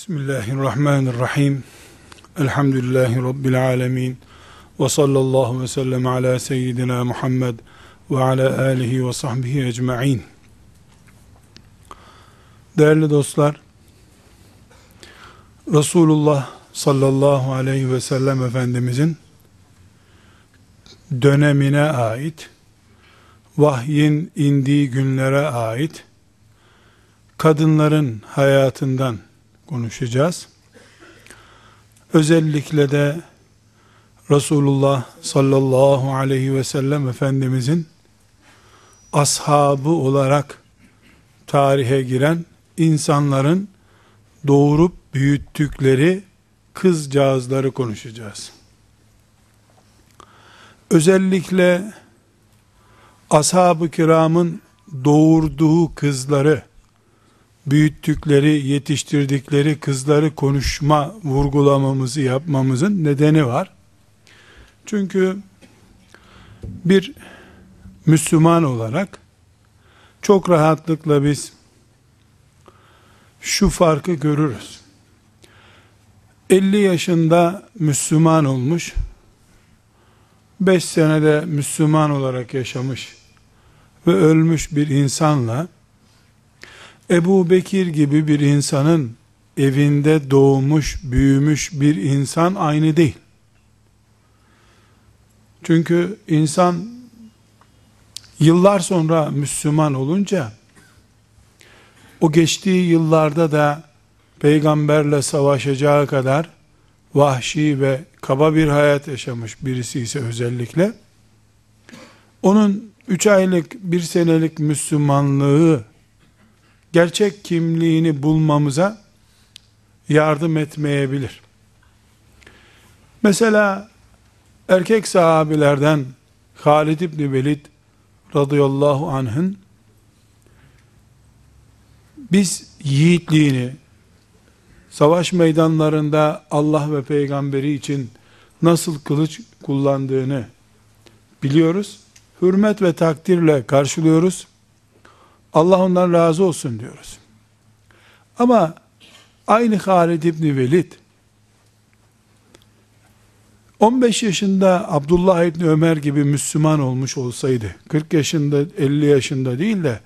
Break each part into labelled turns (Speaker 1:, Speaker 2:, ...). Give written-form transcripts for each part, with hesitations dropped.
Speaker 1: Bismillahirrahmanirrahim. Elhamdülillahi Rabbil alemin. Ve sallallahu ve sellem ala seyyidina Muhammed ve ala alihi ve sahbihi ecma'in. Değerli dostlar, Resulullah sallallahu aleyhi ve sellem Efendimizin dönemine ait, vahyin indiği günlere ait kadınların hayatından konuşacağız. Özellikle de Resulullah sallallahu aleyhi ve sellem Efendimizin ashabı olarak tarihe giren insanların doğurup büyüttükleri kızcağızları konuşacağız. Özellikle ashab-ı kiramın doğurduğu kızları, büyüttükleri, yetiştirdikleri kızları vurgulamamızı yapmamızın nedeni var. Çünkü bir Müslüman olarak çok rahatlıkla biz şu farkı görürüz. 50 yaşında Müslüman olmuş, 5 senede Müslüman olarak yaşamış ve ölmüş bir insanla Ebu Bekir gibi bir insanın evinde doğmuş, büyümüş bir insan aynı değil. Çünkü insan yıllar sonra Müslüman olunca o geçtiği yıllarda da peygamberle savaşacağı kadar vahşi ve kaba bir hayat yaşamış birisi ise özellikle onun 3 aylık, 1 senelik Müslümanlığı gerçek kimliğini bulmamıza yardım etmeyebilir. Mesela erkek sahabilerden Halid İbni Velid radıyallahu anh'ın biz yiğitliğini, savaş meydanlarında Allah ve peygamberi için nasıl kılıç kullandığını biliyoruz. Hürmet ve takdirle karşılıyoruz. Allah ondan razı olsun diyoruz. Ama aynı Halid İbni Velid 15 yaşında Abdullah İbni Ömer gibi Müslüman olmuş olsaydı, 40 yaşında 50 yaşında değil de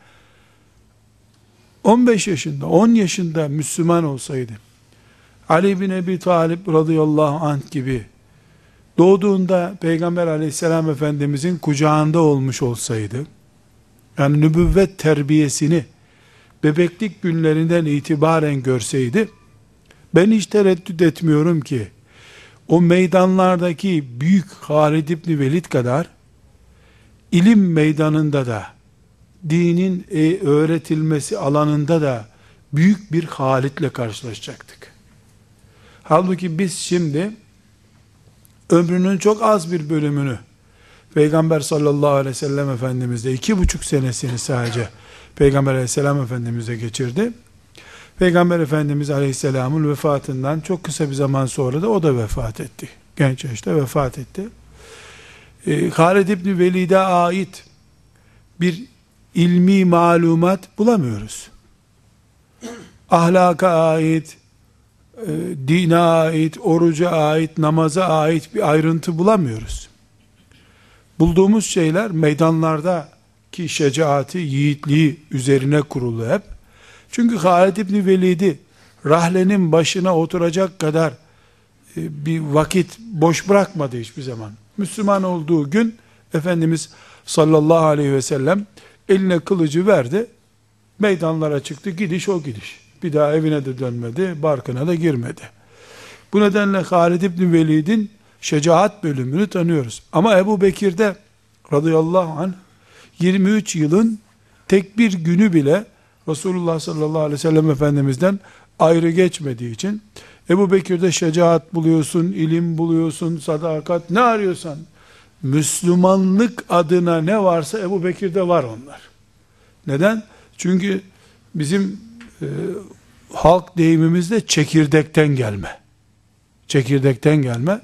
Speaker 1: 15 yaşında 10 yaşında Müslüman olsaydı, Ali bin Ebi Talib radıyallahu anh gibi doğduğunda Peygamber aleyhisselam Efendimizin kucağında olmuş olsaydı, yani nübüvvet terbiyesini bebeklik günlerinden itibaren görseydi, ben hiç tereddüt etmiyorum ki o meydanlardaki büyük Halid İbni Velid kadar ilim meydanında da dinin öğretilmesi alanında da büyük bir Halid'le karşılaşacaktık. Halbuki biz şimdi ömrünün çok az bir bölümünü Peygamber sallallahu aleyhi ve sellem Efendimiz'de 2,5 senesini sadece Peygamber aleyhisselam Efendimiz'e geçirdi. Peygamber Efendimiz aleyhisselamın vefatından çok kısa bir zaman sonra da o da vefat etti. Genç yaşta vefat etti. Halid İbni Velid'e ait bir ilmi malumat bulamıyoruz. Ahlaka ait, dine ait, oruca ait, namaza ait bir ayrıntı bulamıyoruz. Bulduğumuz şeyler meydanlardaki şecaati, yiğitliği üzerine kurulu hep. Çünkü Halid İbni Velid'i rahlenin başına oturacak kadar bir vakit boş bırakmadı hiçbir zaman. Müslüman olduğu gün Efendimiz sallallahu aleyhi ve sellem eline kılıcı verdi, meydanlara çıktı, gidiş o gidiş. Bir daha evine de dönmedi, barkına da girmedi. Bu nedenle Halid İbni Velid'in şecaat bölümünü tanıyoruz. Ama Ebu Bekir'de radıyallahu anh 23 yılın tek bir günü bile Resulullah sallallahu aleyhi ve sellem Efendimiz'den ayrı geçmediği için Ebu Bekir'de şecaat buluyorsun, ilim buluyorsun, sadakat, ne arıyorsan Müslümanlık adına ne varsa Ebu Bekir'de var onlar. Neden? Çünkü bizim halk deyimimizde çekirdekten gelme. Çekirdekten gelme.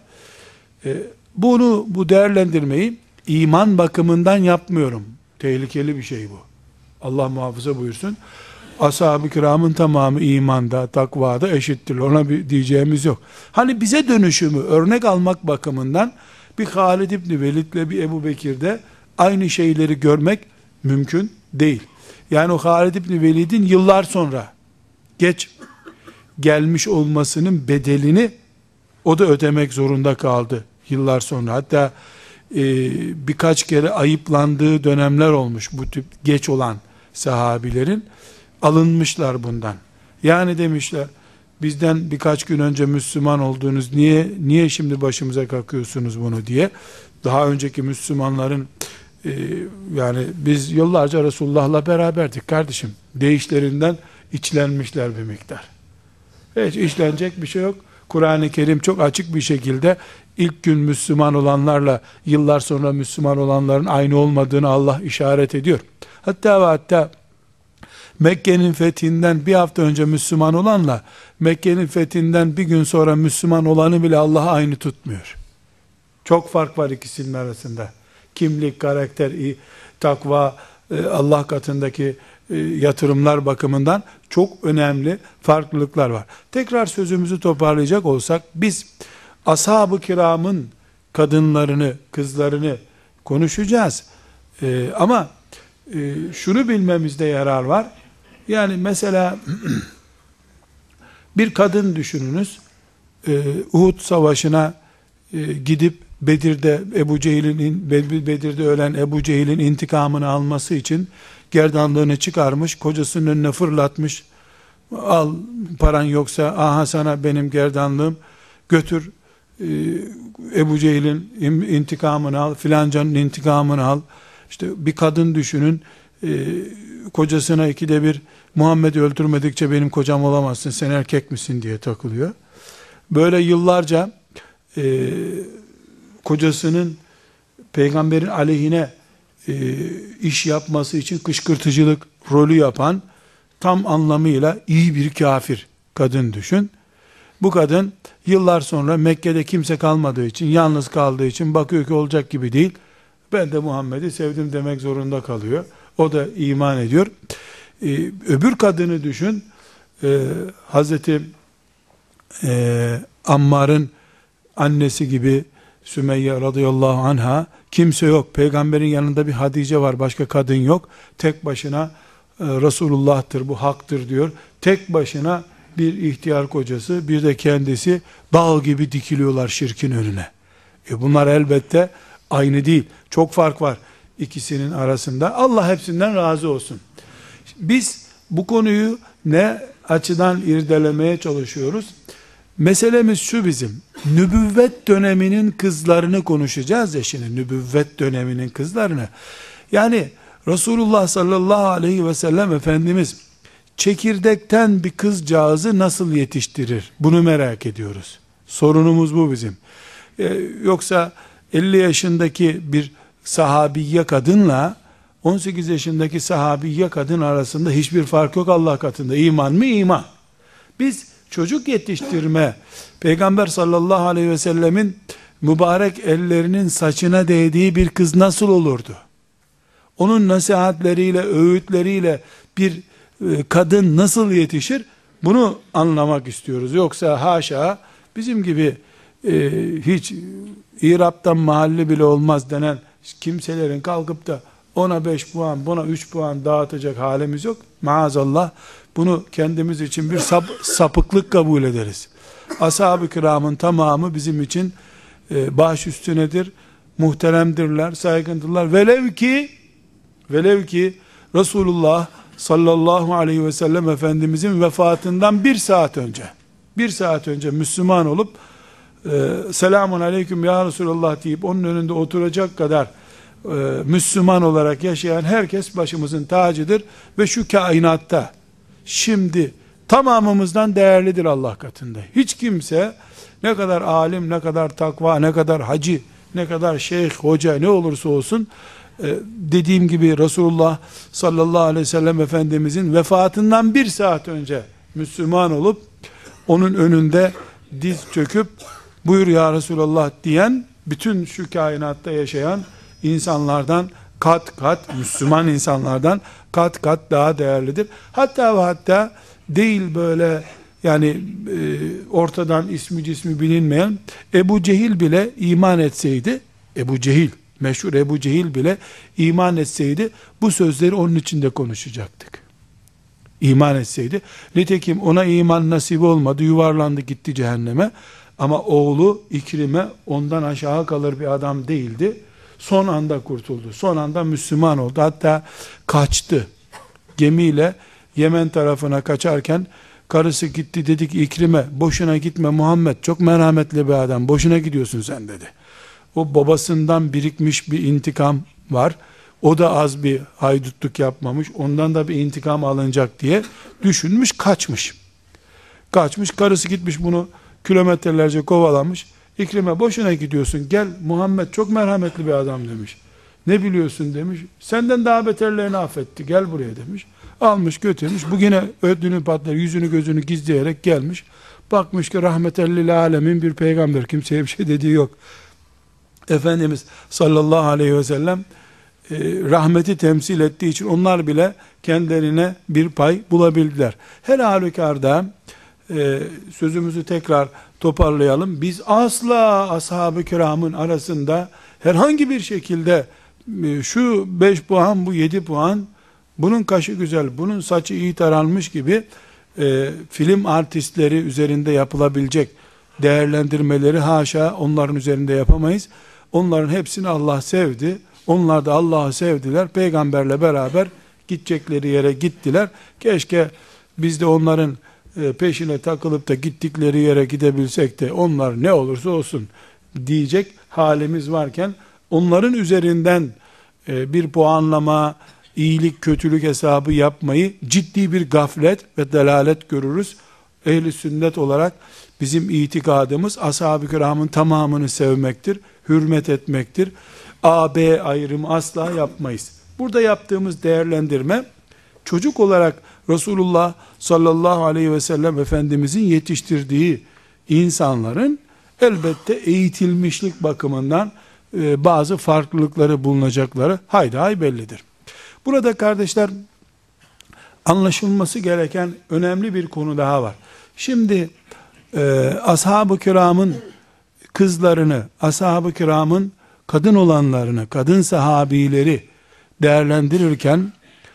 Speaker 1: Bu değerlendirmeyi iman bakımından yapmıyorum. Tehlikeli bir şey bu. Allah muhafaza buyursun. ashab-ı kiramın tamamı imanda, takvada eşittir. Ona bir diyeceğimiz yok. Hani bize dönüşümü örnek almak bakımından bir Halid İbni Velid'le bir Ebu Bekir'de aynı şeyleri görmek mümkün değil. Yani o Halid İbni Velid'in yıllar sonra geç gelmiş olmasının bedelini o da ödemek zorunda kaldı yıllar sonra. Hatta birkaç kere ayıplandığı dönemler olmuş bu tip geç olan sahabilerin. Alınmışlar bundan. Yani demişler, bizden birkaç gün önce Müslüman oldunuz, niye şimdi başımıza kakıyorsunuz bunu diye. Daha önceki Müslümanların yani biz yıllarca Resulullah'la beraberdik kardeşim. Deyişlerinden içlenmişler bir miktar. Hiç işlenecek bir şey yok. Kur'an-ı Kerim çok açık bir şekilde ilk gün Müslüman olanlarla yıllar sonra Müslüman olanların aynı olmadığını Allah işaret ediyor. Hatta ve hatta Mekke'nin fethinden bir hafta önce Müslüman olanla Mekke'nin fethinden bir gün sonra Müslüman olanı bile Allah'a aynı tutmuyor. Çok fark var ikisinin arasında. Kimlik, karakter, takva, Allah katındaki yatırımlar bakımından çok önemli farklılıklar var. Tekrar sözümüzü toparlayacak olsak, biz ashab-ı kiramın kadınlarını, kızlarını konuşacağız. Ama şunu bilmemizde yarar var. Yani mesela bir kadın düşününüz, Uhud savaşına gidip Bedir'de ölen Ebu Cehil'in intikamını alması için gerdanlığını çıkarmış, kocasının önüne fırlatmış. Al, paran yoksa aha sana benim gerdanlığım, götür Ebu Cehil'in intikamını al, filancanın intikamını al. İşte bir kadın düşünün, kocasına ikide bir Muhammed'i öldürmedikçe benim kocam olamazsın, sen erkek misin diye takılıyor. Böyle yıllarca kocasının peygamberin aleyhine iş yapması için kışkırtıcılık rolü yapan, tam anlamıyla iyi bir kafir kadın düşün. Bu kadın yıllar sonra Mekke'de kimse kalmadığı için, yalnız kaldığı için bakıyor ki olacak gibi değil. Ben de Muhammed'i sevdim demek zorunda kalıyor. O da iman ediyor. Öbür kadını düşün. Hazreti Ammar'ın annesi gibi Sümeyye radıyallahu anha, kimse yok. Peygamberin yanında bir Hatice var, başka kadın yok. Tek başına Resulullah'tır, bu haktır diyor. Tek başına bir ihtiyar kocası, bir de kendisi dağ gibi dikiliyorlar şirkin önüne. Bunlar elbette aynı değil. Çok fark var ikisinin arasında. Allah hepsinden razı olsun. Biz bu konuyu ne açıdan irdelemeye çalışıyoruz? Meselemiz şu bizim. Nübüvvet döneminin kızlarını konuşacağız ya şimdi. Nübüvvet döneminin kızlarını. Yani Resulullah sallallahu aleyhi ve sellem Efendimiz çekirdekten bir kızcağızı nasıl yetiştirir? Bunu merak ediyoruz. Sorunumuz bu bizim. Yoksa 50 yaşındaki bir sahabiye kadınla 18 yaşındaki sahabiye kadın arasında hiçbir fark yok Allah katında. İman mı? İman. Biz çocuk yetiştirme, Peygamber sallallahu aleyhi ve sellemin mübarek ellerinin saçına değdiği bir kız nasıl olurdu? Onun nasihatleriyle, öğütleriyle bir kadın nasıl yetişir? Bunu anlamak istiyoruz. Yoksa haşa bizim gibi hiç İrab'dan mahalle bile olmaz denen kimselerin kalkıp da ona 5 puan, buna 3 puan dağıtacak halimiz yok. Maazallah, bunu kendimiz için bir sapıklık kabul ederiz. Ashab-ı kiramın tamamı bizim için baş üstünedir, muhteremdirler, saygındırlar. Velev ki Resulullah sallallahu aleyhi ve sellem Efendimizin vefatından bir saat önce Müslüman olup selamun aleyküm ya Resulullah deyip onun önünde oturacak kadar Müslüman olarak yaşayan herkes başımızın tacıdır ve şu kainatta şimdi tamamımızdan değerlidir Allah katında. Hiç kimse ne kadar alim, ne kadar takva, ne kadar hacı, ne kadar şeyh, hoca ne olursa olsun dediğim gibi Resulullah sallallahu aleyhi ve sellem Efendimizin vefatından bir saat önce Müslüman olup onun önünde diz çöküp buyur ya Resulallah diyen bütün şu kainatta yaşayan insanlardan kat kat, Müslüman insanlardan kat kat daha değerlidir. Hatta ve hatta değil böyle yani ortadan ismi cismi bilinmeyen Ebu Cehil bile iman etseydi, Ebu Cehil, meşhur Ebu Cehil bile iman etseydi bu sözleri onun içinde konuşacaktık. İman etseydi. Nitekim ona iman nasip olmadı, yuvarlandı gitti cehenneme. Ama oğlu İkrim'e ondan aşağı kalır bir adam değildi. Son anda kurtuldu. Son anda Müslüman oldu. Hatta kaçtı. Gemiyle Yemen tarafına kaçarken karısı gitti, dedi ki İkrim'e, boşuna gitme Muhammed çok merhametli bir adam, boşuna gidiyorsun sen dedi. O babasından birikmiş bir intikam var. O da az bir haydutluk yapmamış. Ondan da bir intikam alınacak diye düşünmüş, kaçmış. Kaçmış, karısı gitmiş bunu kilometrelerce kovalamış. İkrim'e boşuna gidiyorsun, gel Muhammed çok merhametli bir adam demiş. Ne biliyorsun demiş. Senden daha beterlerini affetti, gel buraya demiş. Almış götürmüş. Bugüne ödünü patlar, yüzünü gözünü gizleyerek gelmiş. Bakmış ki rahmetellil alemin bir peygamber. Kimseye bir şey dediği yok. Efendimiz sallallahu aleyhi ve sellem rahmeti temsil ettiği için onlar bile kendilerine bir pay bulabildiler. Her halükarda sözümüzü tekrar toparlayalım. Biz asla ashab-ı kiramın arasında herhangi bir şekilde şu 5 puan, bu 7 puan, bunun kaşı güzel, bunun saçı iyi taranmış gibi film artistleri üzerinde yapılabilecek değerlendirmeleri haşa onların üzerinde yapamayız. Onların hepsini Allah sevdi. Onlar da Allah'ı sevdiler. Peygamberle beraber gidecekleri yere gittiler. Keşke biz de onların peşine takılıp da gittikleri yere gidebilsek de onlar ne olursa olsun diyecek halimiz varken onların üzerinden bir puanlama, iyilik kötülük hesabı yapmayı ciddi bir gaflet ve delalet görürüz. Ehli sünnet olarak bizim itikadımız ashab-ı kiramın tamamını sevmektir, hürmet etmektir. A, B ayrımı asla yapmayız. Burada yaptığımız değerlendirme, çocuk olarak Resulullah sallallahu aleyhi ve sellem Efendimizin yetiştirdiği insanların elbette eğitilmişlik bakımından bazı farklılıkları bulunacakları haydi bellidir. Burada kardeşler anlaşılması gereken önemli bir konu daha var. Şimdi ashab-ı kiramın kızlarını, ashab-ı kiramın kadın olanlarını, kadın sahabileri değerlendirirken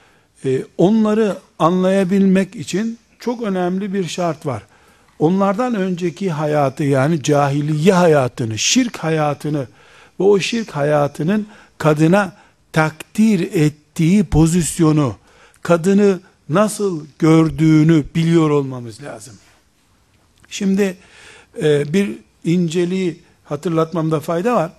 Speaker 1: onları anlayabilmek için çok önemli bir şart var. Onlardan önceki hayatı, yani cahiliye hayatını, şirk hayatını ve o şirk hayatının kadına takdir ettiği pozisyonu, kadını nasıl gördüğünü biliyor olmamız lazım. Şimdi bir inceliği hatırlatmamda fayda var.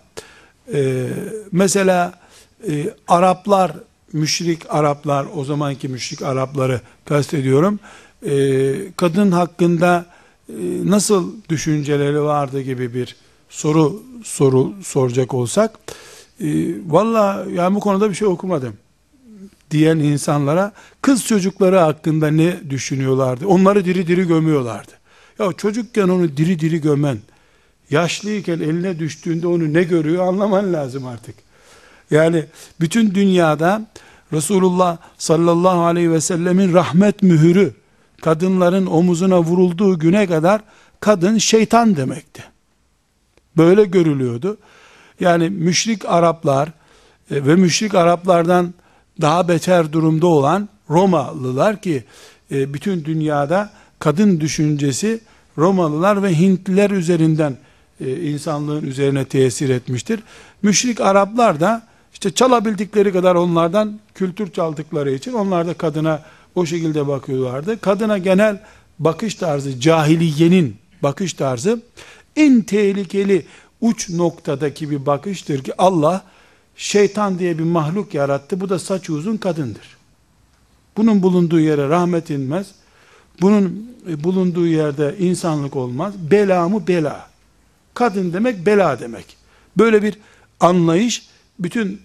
Speaker 1: Mesela Araplar, müşrik Araplar, o zamanki müşrik Arapları kastediyorum, kadın hakkında nasıl düşünceleri vardı gibi bir soru soracak olsak, valla yani bu konuda bir şey okumadım diyen insanlara kız çocukları hakkında ne düşünüyorlardı? Onları diri diri gömüyorlardı. Ya çocukken onu diri diri gömen, yaşlıyken eline düştüğünde onu ne görüyor anlaman lazım artık. Yani bütün dünyada Resulullah sallallahu aleyhi ve sellemin rahmet mühürü kadınların omuzuna vurulduğu güne kadar kadın şeytan demekti. Böyle görülüyordu. Yani müşrik Araplar ve müşrik Araplardan daha beter durumda olan Romalılar ki bütün dünyada kadın düşüncesi Romalılar ve Hintliler üzerinden insanlığın üzerine tesir etmiştir. Müşrik Araplar da işte çalabildikleri kadar onlardan kültür çaldıkları için onlar da kadına o şekilde bakıyorlardı. Kadına genel bakış tarzı, cahiliyenin bakış tarzı en tehlikeli uç noktadaki bir bakıştır ki Allah şeytan diye bir mahluk yarattı. Bu da saçı uzun kadındır. Bunun bulunduğu yere rahmet inmez. Bunun bulunduğu yerde insanlık olmaz. Bela mı bela. Kadın demek bela demek. Böyle bir anlayış bütün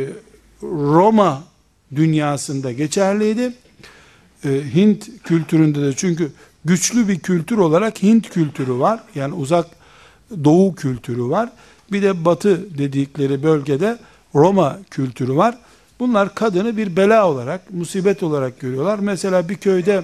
Speaker 1: Roma dünyasında geçerliydi. Hint kültüründe de, çünkü güçlü bir kültür olarak Hint kültürü var. Yani uzak doğu kültürü var. Bir de batı dedikleri bölgede Roma kültürü var. Bunlar kadını bir bela olarak, musibet olarak görüyorlar. Mesela bir köyde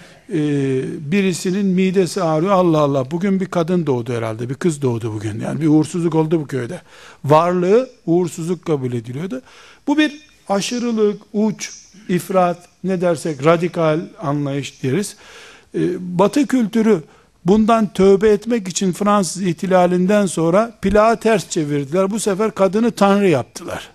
Speaker 1: birisinin midesi ağrıyor. Allah Allah, bugün bir kadın doğdu herhalde. Bir kız doğdu bugün. Yani bir uğursuzluk oldu bu köyde. Varlığı uğursuzluk kabul ediliyordu. Bu bir aşırılık, uç, ifrat, ne dersek radikal anlayış deriz. Batı kültürü bundan tövbe etmek için Fransız ihtilalinden sonra plağı ters çevirdiler. Bu sefer kadını tanrı yaptılar.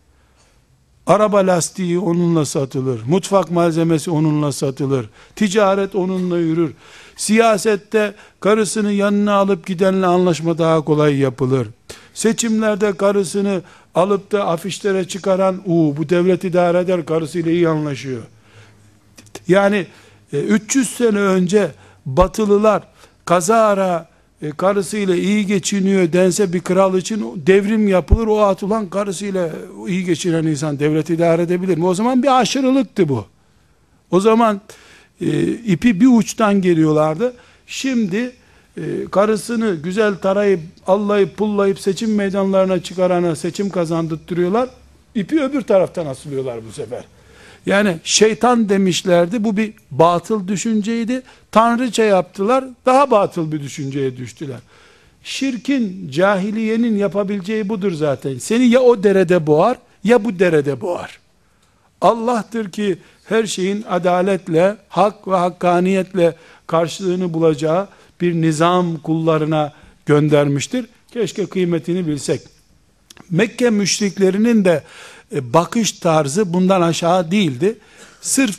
Speaker 1: Araba lastiği onunla satılır. Mutfak malzemesi onunla satılır. Ticaret onunla yürür. Siyasette karısını yanına alıp gidenle anlaşma daha kolay yapılır. Seçimlerde karısını alıp da afişlere çıkaran, bu devlet idare eder, karısıyla iyi anlaşıyor. Yani 300 sene önce Batılılar kazara karısıyla iyi geçiniyor dense bir kral için devrim yapılır. O atılan karısıyla iyi geçinen insan devlet idare edebilir mi? O zaman bir aşırılıktı bu. O zaman ipi bir uçtan geriyorlardı. Şimdi karısını güzel tarayıp allayıp pullayıp seçim meydanlarına çıkarana seçim kazandırtıyorlar. İpi öbür taraftan asılıyorlar bu sefer. Yani şeytan demişlerdi, bu bir batıl düşünceydi. Tanrıça yaptılar, daha batıl bir düşünceye düştüler. Şirkin, cahiliyenin yapabileceği budur zaten. Seni ya o derede boğar, ya bu derede boğar. Allah'tır ki her şeyin adaletle, hak ve hakkaniyetle karşılığını bulacağı bir nizam kullarına göndermiştir. Keşke kıymetini bilsek. Mekke müşriklerinin de bakış tarzı bundan aşağı değildi. Sırf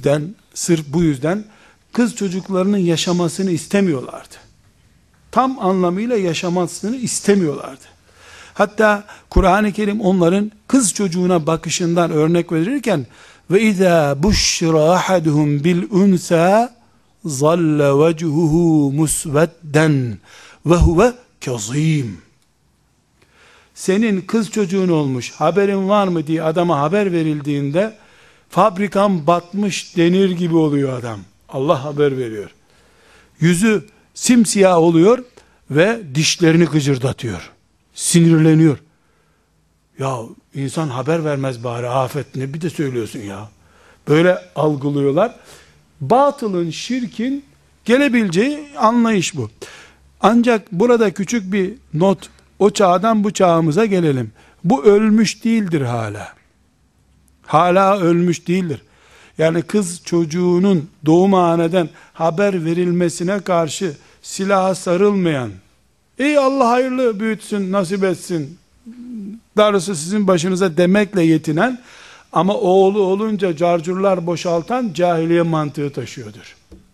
Speaker 1: bu yüzden kız çocuklarının yaşamasını istemiyorlardı. Tam anlamıyla yaşamasını istemiyorlardı. Hatta Kur'an-ı Kerim onların kız çocuğuna bakışından örnek verirken ve izâ bushra ahaduhum bil unsa zalla vechuhu musvedden ve huve kazîm. Senin kız çocuğun olmuş, haberin var mı diye adama haber verildiğinde fabrikan batmış denir gibi oluyor adam. Allah haber veriyor. Yüzü simsiyah oluyor ve dişlerini gıcırdatıyor. Sinirleniyor. Ya insan haber vermez bari, afet ne bir de söylüyorsun ya. Böyle algılıyorlar. Batılın, şirkin gelebileceği anlayış bu. Ancak burada küçük bir not, o çağdan bu çağımıza gelelim. Bu ölmüş değildir hala. Hala ölmüş değildir. Yani kız çocuğunun doğumhaneden haber verilmesine karşı silaha sarılmayan, ey Allah hayırlı büyütsün, nasip etsin, darısı sizin başınıza demekle yetinen ama oğlu olunca carcurlar boşaltan cahiliye mantığı taşıyordur.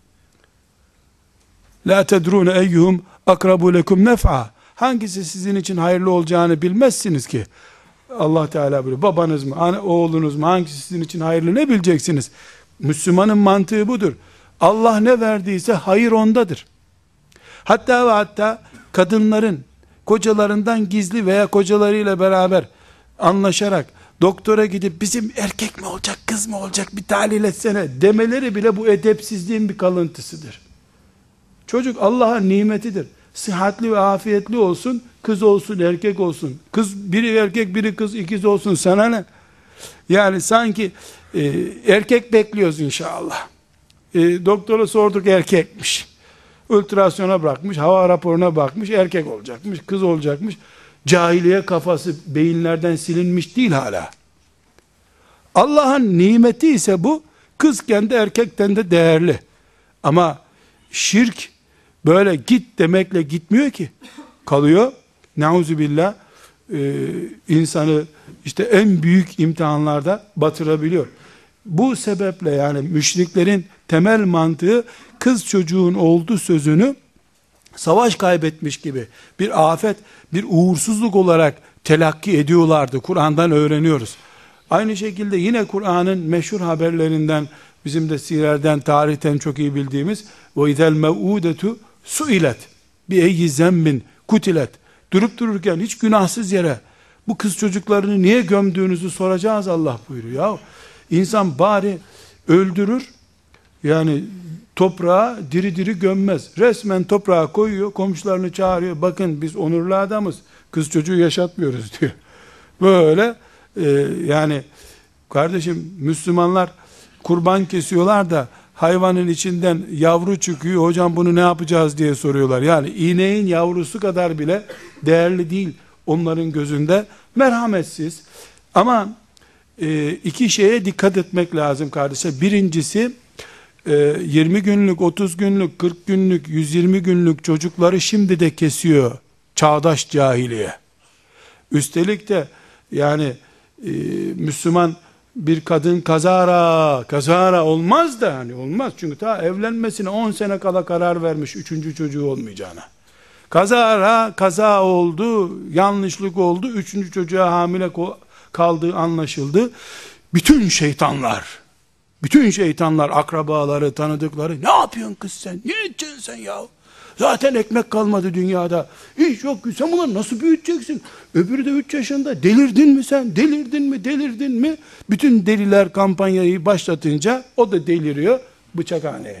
Speaker 1: La tedrune eyyuhum akrabu lekum nef'a. Hangisi sizin için hayırlı olacağını bilmezsiniz ki. Allah Teala buyuruyor. Babanız mı, oğlunuz mu, hangisi sizin için hayırlı ne bileceksiniz? Müslümanın mantığı budur. Allah ne verdiyse hayır ondadır. Hatta ve hatta kadınların kocalarından gizli veya kocalarıyla beraber anlaşarak doktora gidip bizim erkek mi olacak, kız mı olacak bir tahlil etsene demeleri bile bu edepsizliğin bir kalıntısıdır. Çocuk Allah'ın nimetidir. Sıhhatli ve afiyetli olsun, kız olsun, erkek olsun. Kız biri erkek, biri kız, ikiz olsun, sana ne? Yani sanki erkek bekliyoruz inşallah. Doktora sorduk, erkekmiş. Ultrasyona bırakmış, hava raporuna bakmış, erkek olacakmış, kız olacakmış. Cahiliye kafası beyinlerden silinmiş değil hala. Allah'ın nimeti ise bu, kızken de erkekten de değerli. Ama şirk böyle git demekle gitmiyor ki. Kalıyor. Nauzubillah, insanı işte en büyük imtihanlarda batırabiliyor. Bu sebeple yani müşriklerin temel mantığı kız çocuğun olduğu sözünü savaş kaybetmiş gibi bir afet, bir uğursuzluk olarak telakki ediyorlardı. Kur'an'dan öğreniyoruz. Aynı şekilde yine Kur'an'ın meşhur haberlerinden, bizim de sirerden, tarihten çok iyi bildiğimiz وَاِذَا الْمَوْءُودَةُ suilet bi eyyi zembin kutilet, durup dururken hiç günahsız yere bu kız çocuklarını niye gömdüğünüzü soracağız Allah buyuruyor. Ya insan bari öldürür, yani toprağa diri diri gömmez. Resmen toprağa koyuyor, komşularını çağırıyor. Bakın biz onurlu adamız, kız çocuğu yaşatmıyoruz diyor. Böyle Yani kardeşim, Müslümanlar kurban kesiyorlar da hayvanın içinden yavru çıkıyor, hocam bunu ne yapacağız diye soruyorlar. Yani ineğin yavrusu kadar bile değerli değil onların gözünde. Merhametsiz. Ama iki şeye dikkat etmek lazım kardeşler. Birincisi, 20 günlük, 30 günlük, 40 günlük, 120 günlük çocukları şimdi de kesiyor çağdaş cahiliye. Üstelik de yani Müslüman bir kadın kazara olmaz da, hani olmaz, çünkü ta evlenmesine 10 sene kala karar vermiş 3. çocuğu olmayacağına. Kaza oldu, yanlışlık oldu, 3. çocuğa hamile kaldığı anlaşıldı. Bütün şeytanlar, akrabaları, tanıdıkları, ne yapıyorsun kız sen, ne edeceksin sen ya? Zaten ekmek kalmadı dünyada, İş yok, sen bunları nasıl büyüteceksin? Öbürü de 3 yaşında, delirdin mi sen, delirdin mi? Bütün deliler kampanyayı başlatınca o da deliriyor, bıçakhaneye.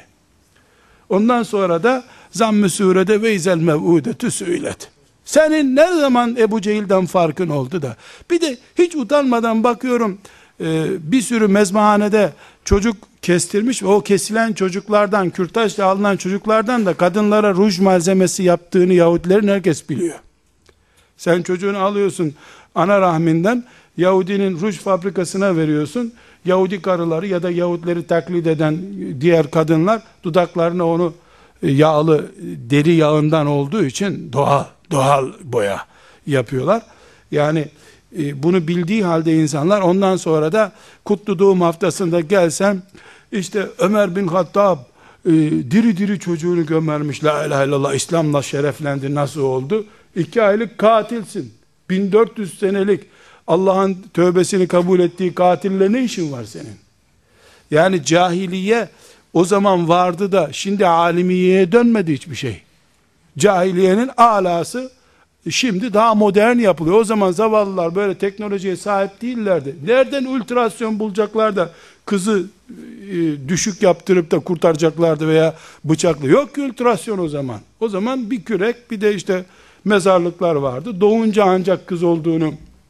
Speaker 1: Ondan sonra da Zamm-ı Sure'de ve izel mev'udetü sü'ilet. Senin ne zaman Ebu Cehil'den farkın oldu da? Bir de hiç utanmadan bakıyorum, bir sürü mezbahanede çocuk kestirmiş ve o kesilen çocuklardan, kürtajla alınan çocuklardan da kadınlara ruj malzemesi yaptığını Yahudilerin herkes biliyor. Sen çocuğunu alıyorsun ana rahminden, Yahudinin ruj fabrikasına veriyorsun. Yahudi karıları ya da Yahudileri taklit eden diğer kadınlar dudaklarına onu yağlı deri yağından olduğu için doğal boya yapıyorlar. Yani bunu bildiği halde insanlar, ondan sonra da kutlu doğum haftasında gelsem, işte Ömer bin Hattab diri diri çocuğunu gömermiş, la ilahe illallah, İslam'la şereflendi, nasıl oldu? 2 aylık katilsin, 1400 senelik Allah'ın tövbesini kabul ettiği katille ne işin var senin? Yani cahiliye o zaman vardı da şimdi alimiyeye dönmedi hiçbir şey. Cahiliyenin alası şimdi daha modern yapılıyor. O zaman zavallılar böyle teknolojiye sahip değillerdi. Nereden ultrasyon bulacaklar da kızı düşük yaptırıp da kurtaracaklardı veya bıçaklı? Yok ki ultrasyon o zaman. O zaman bir kürek, bir de işte mezarlıklar vardı. Doğunca ancak kız olduğunu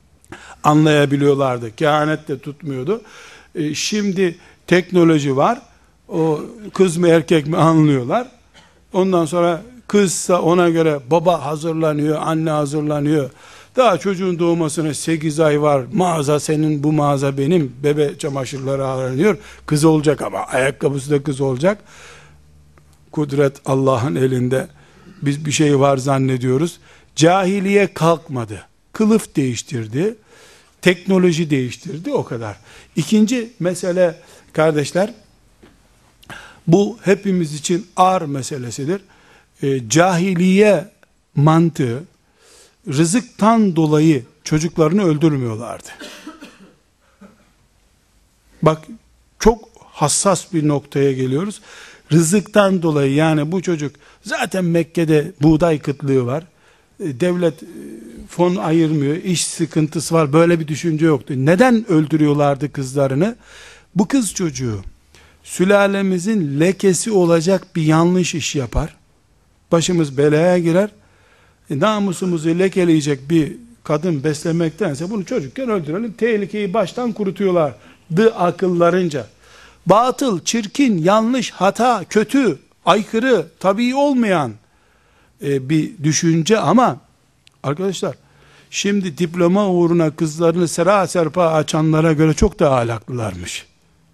Speaker 1: anlayabiliyorlardı. Kehanet de tutmuyordu. Şimdi teknoloji var. O kız mı erkek mi anlıyorlar. Ondan sonra kızsa ona göre baba hazırlanıyor, anne hazırlanıyor. Daha çocuğun doğmasına 8 ay var. Mağaza senin, bu mağaza benim. Bebe çamaşırları alınıyor. Kız olacak ama ayakkabısı da kız olacak. Kudret Allah'ın elinde. Biz bir şey var zannediyoruz. Cahiliye kalkmadı. Kılıf değiştirdi. Teknoloji değiştirdi, o kadar. İkinci mesele kardeşler, bu hepimiz için ağır meselesidir. Cahiliye mantığı, rızıktan dolayı çocuklarını öldürmüyorlardı. Bak, çok hassas bir noktaya geliyoruz. Rızıktan dolayı, yani bu çocuk zaten Mekke'de buğday kıtlığı var. Devlet fon ayırmıyor, iş sıkıntısı var, böyle bir düşünce yoktu. Neden öldürüyorlardı kızlarını? Bu kız çocuğu sülalemizin lekesi olacak bir yanlış iş yapar, başımız belaya girer, namusumuzu lekeleyecek bir kadın beslemektense bunu çocukken öldürelim, tehlikeyi baştan kurutuyorlardı akıllarınca. Batıl, çirkin, yanlış, hata, kötü, aykırı, tabii olmayan bir düşünce. Ama arkadaşlar, şimdi diploma uğruna kızlarını sera serpa açanlara göre çok daha ahlaklılarmış.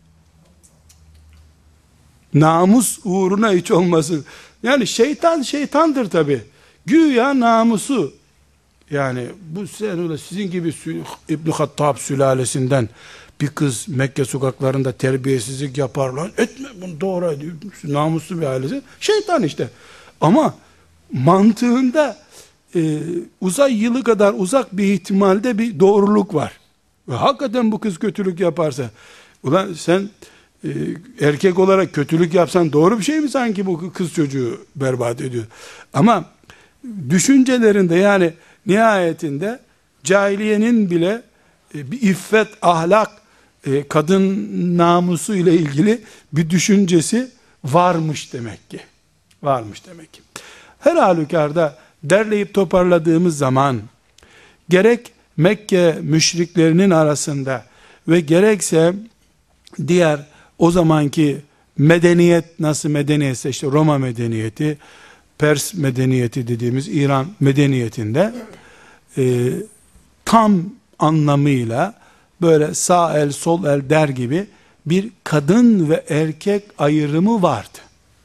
Speaker 1: Namus uğruna hiç olmasın. Yani şeytan şeytandır tabi. Güya namusu. Yani bu sizin gibi İbn Hattab sülalesinden bir kız Mekke sokaklarında terbiyesizlik yapar lan, etme bunu, doğru ediyor, namuslu bir ailesi. Şeytan işte. Ama mantığında uzay yılı kadar uzak bir ihtimalde bir doğruluk var. Ve hakikaten bu kız kötülük yaparsa, ulan sen erkek olarak kötülük yapsan doğru bir şey mi sanki, bu kız çocuğu berbat ediyor? Ama düşüncelerinde, yani nihayetinde cahiliyenin bile bir iffet, ahlak, kadın namusu ile ilgili bir düşüncesi varmış demek ki. Varmış demek ki. Her halükarda derleyip toparladığımız zaman, gerek Mekke müşriklerinin arasında ve gerekse diğer o zamanki medeniyet, nasıl medeniyetse işte Roma medeniyeti, Pers medeniyeti dediğimiz İran medeniyetinde tam anlamıyla böyle sağ el sol el der gibi bir kadın ve erkek ayrımı vardı.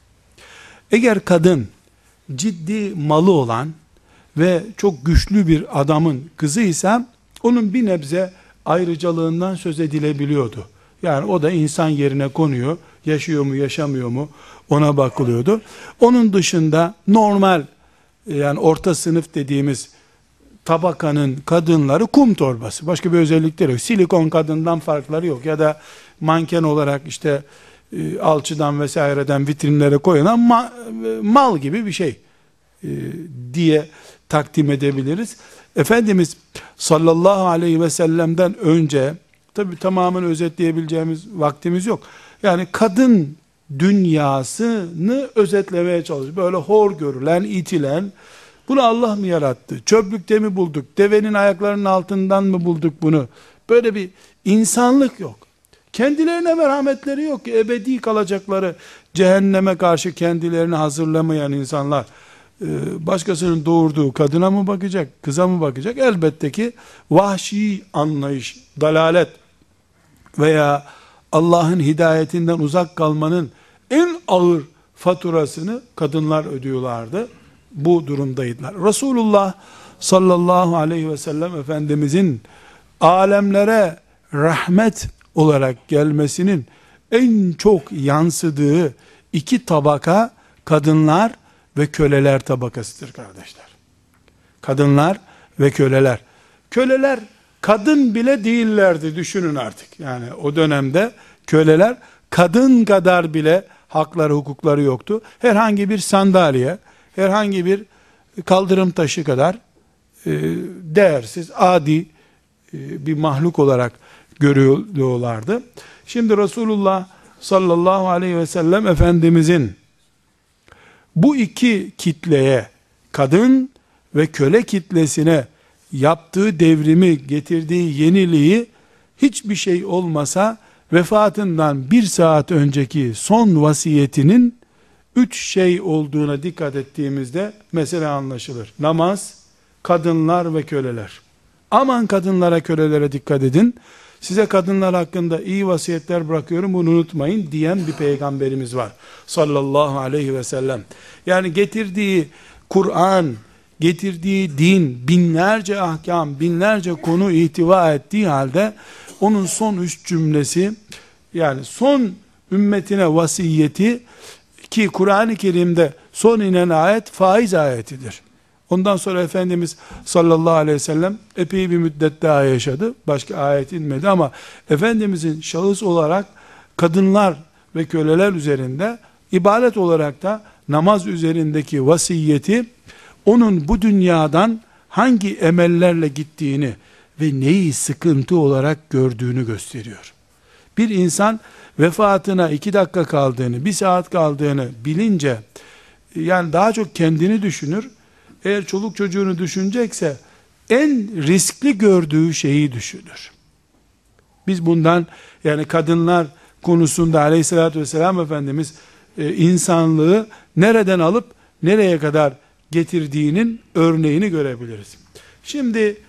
Speaker 1: Eğer kadın ciddi malı olan ve çok güçlü bir adamın kızıysa onun bir nebze ayrıcalığından söz edilebiliyordu. Yani o da insan yerine konuyor. Yaşıyor mu yaşamıyor mu ona bakılıyordu. Onun dışında normal, yani orta sınıf dediğimiz tabakanın kadınları kum torbası. Başka bir özellikleri yok. Silikon kadından farkları yok. Ya da manken olarak işte alçıdan vesaireden vitrinlere koyulan mal gibi bir şey diye takdim edebiliriz. Efendimiz sallallahu aleyhi ve sellem'den önce, tabi tamamını özetleyebileceğimiz vaktimiz yok. Yani kadın dünyasını özetlemeye çalışıyor. Böyle hor görülen, itilen, bunu Allah mı yarattı? Çöplükte mi bulduk? Devenin ayaklarının altından mı bulduk bunu? Böyle bir insanlık yok. Kendilerine merhametleri yok ki, ebedi kalacakları cehenneme karşı kendilerini hazırlamayan insanlar başkasının doğurduğu kadına mı bakacak, kıza mı bakacak? Elbette ki vahşi anlayış, dalalet veya Allah'ın hidayetinden uzak kalmanın en ağır faturasını kadınlar ödüyorlardı. Bu durumdaydılar. Resulullah sallallahu aleyhi ve sellem Efendimizin alemlere rahmet olarak gelmesinin en çok yansıdığı iki tabaka kadınlar ve köleler tabakasıdır kardeşler. Kadınlar ve köleler. Köleler kadın bile değillerdi, düşünün artık. Yani o dönemde köleler kadın kadar bile hakları, hukukları yoktu. Herhangi bir sandalye, herhangi bir kaldırım taşı kadar değersiz, adi bir mahluk olarak görüyorlardı. Şimdi Resulullah sallallahu aleyhi ve sellem Efendimizin bu iki kitleye, kadın ve köle kitlesine yaptığı devrimi, getirdiği yeniliği, hiçbir şey olmasa vefatından bir saat önceki son vasiyetinin 3 şey olduğuna dikkat ettiğimizde mesele anlaşılır. Namaz, kadınlar ve köleler. Aman kadınlara, kölelere dikkat edin. Size kadınlar hakkında iyi vasiyetler bırakıyorum, bunu unutmayın diyen bir peygamberimiz var. Sallallahu aleyhi ve sellem. Yani getirdiği Kur'an, getirdiği din, binlerce ahkam, binlerce konu ihtiva ettiği halde onun son 3 cümlesi, yani son ümmetine vasiyeti, ki Kur'an-ı Kerim'de son inen ayet faiz ayetidir. Ondan sonra Efendimiz sallallahu aleyhi ve sellem epey bir müddet daha yaşadı. Başka ayet inmedi ama Efendimizin şahıs olarak kadınlar ve köleler üzerinde, ibadet olarak da namaz üzerindeki vasiyeti, onun bu dünyadan hangi emellerle gittiğini ve neyi sıkıntı olarak gördüğünü gösteriyor. Bir insan vefatına 2 dakika kaldığını, 1 saat kaldığını bilince, yani daha çok kendini düşünür. Eğer çoluk çocuğunu düşünecekse en riskli gördüğü şeyi düşünür. Biz bundan, yani kadınlar konusunda aleyhissalatü vesselam Efendimiz insanlığı nereden alıp nereye kadar getirdiğinin örneğini görebiliriz. Şimdi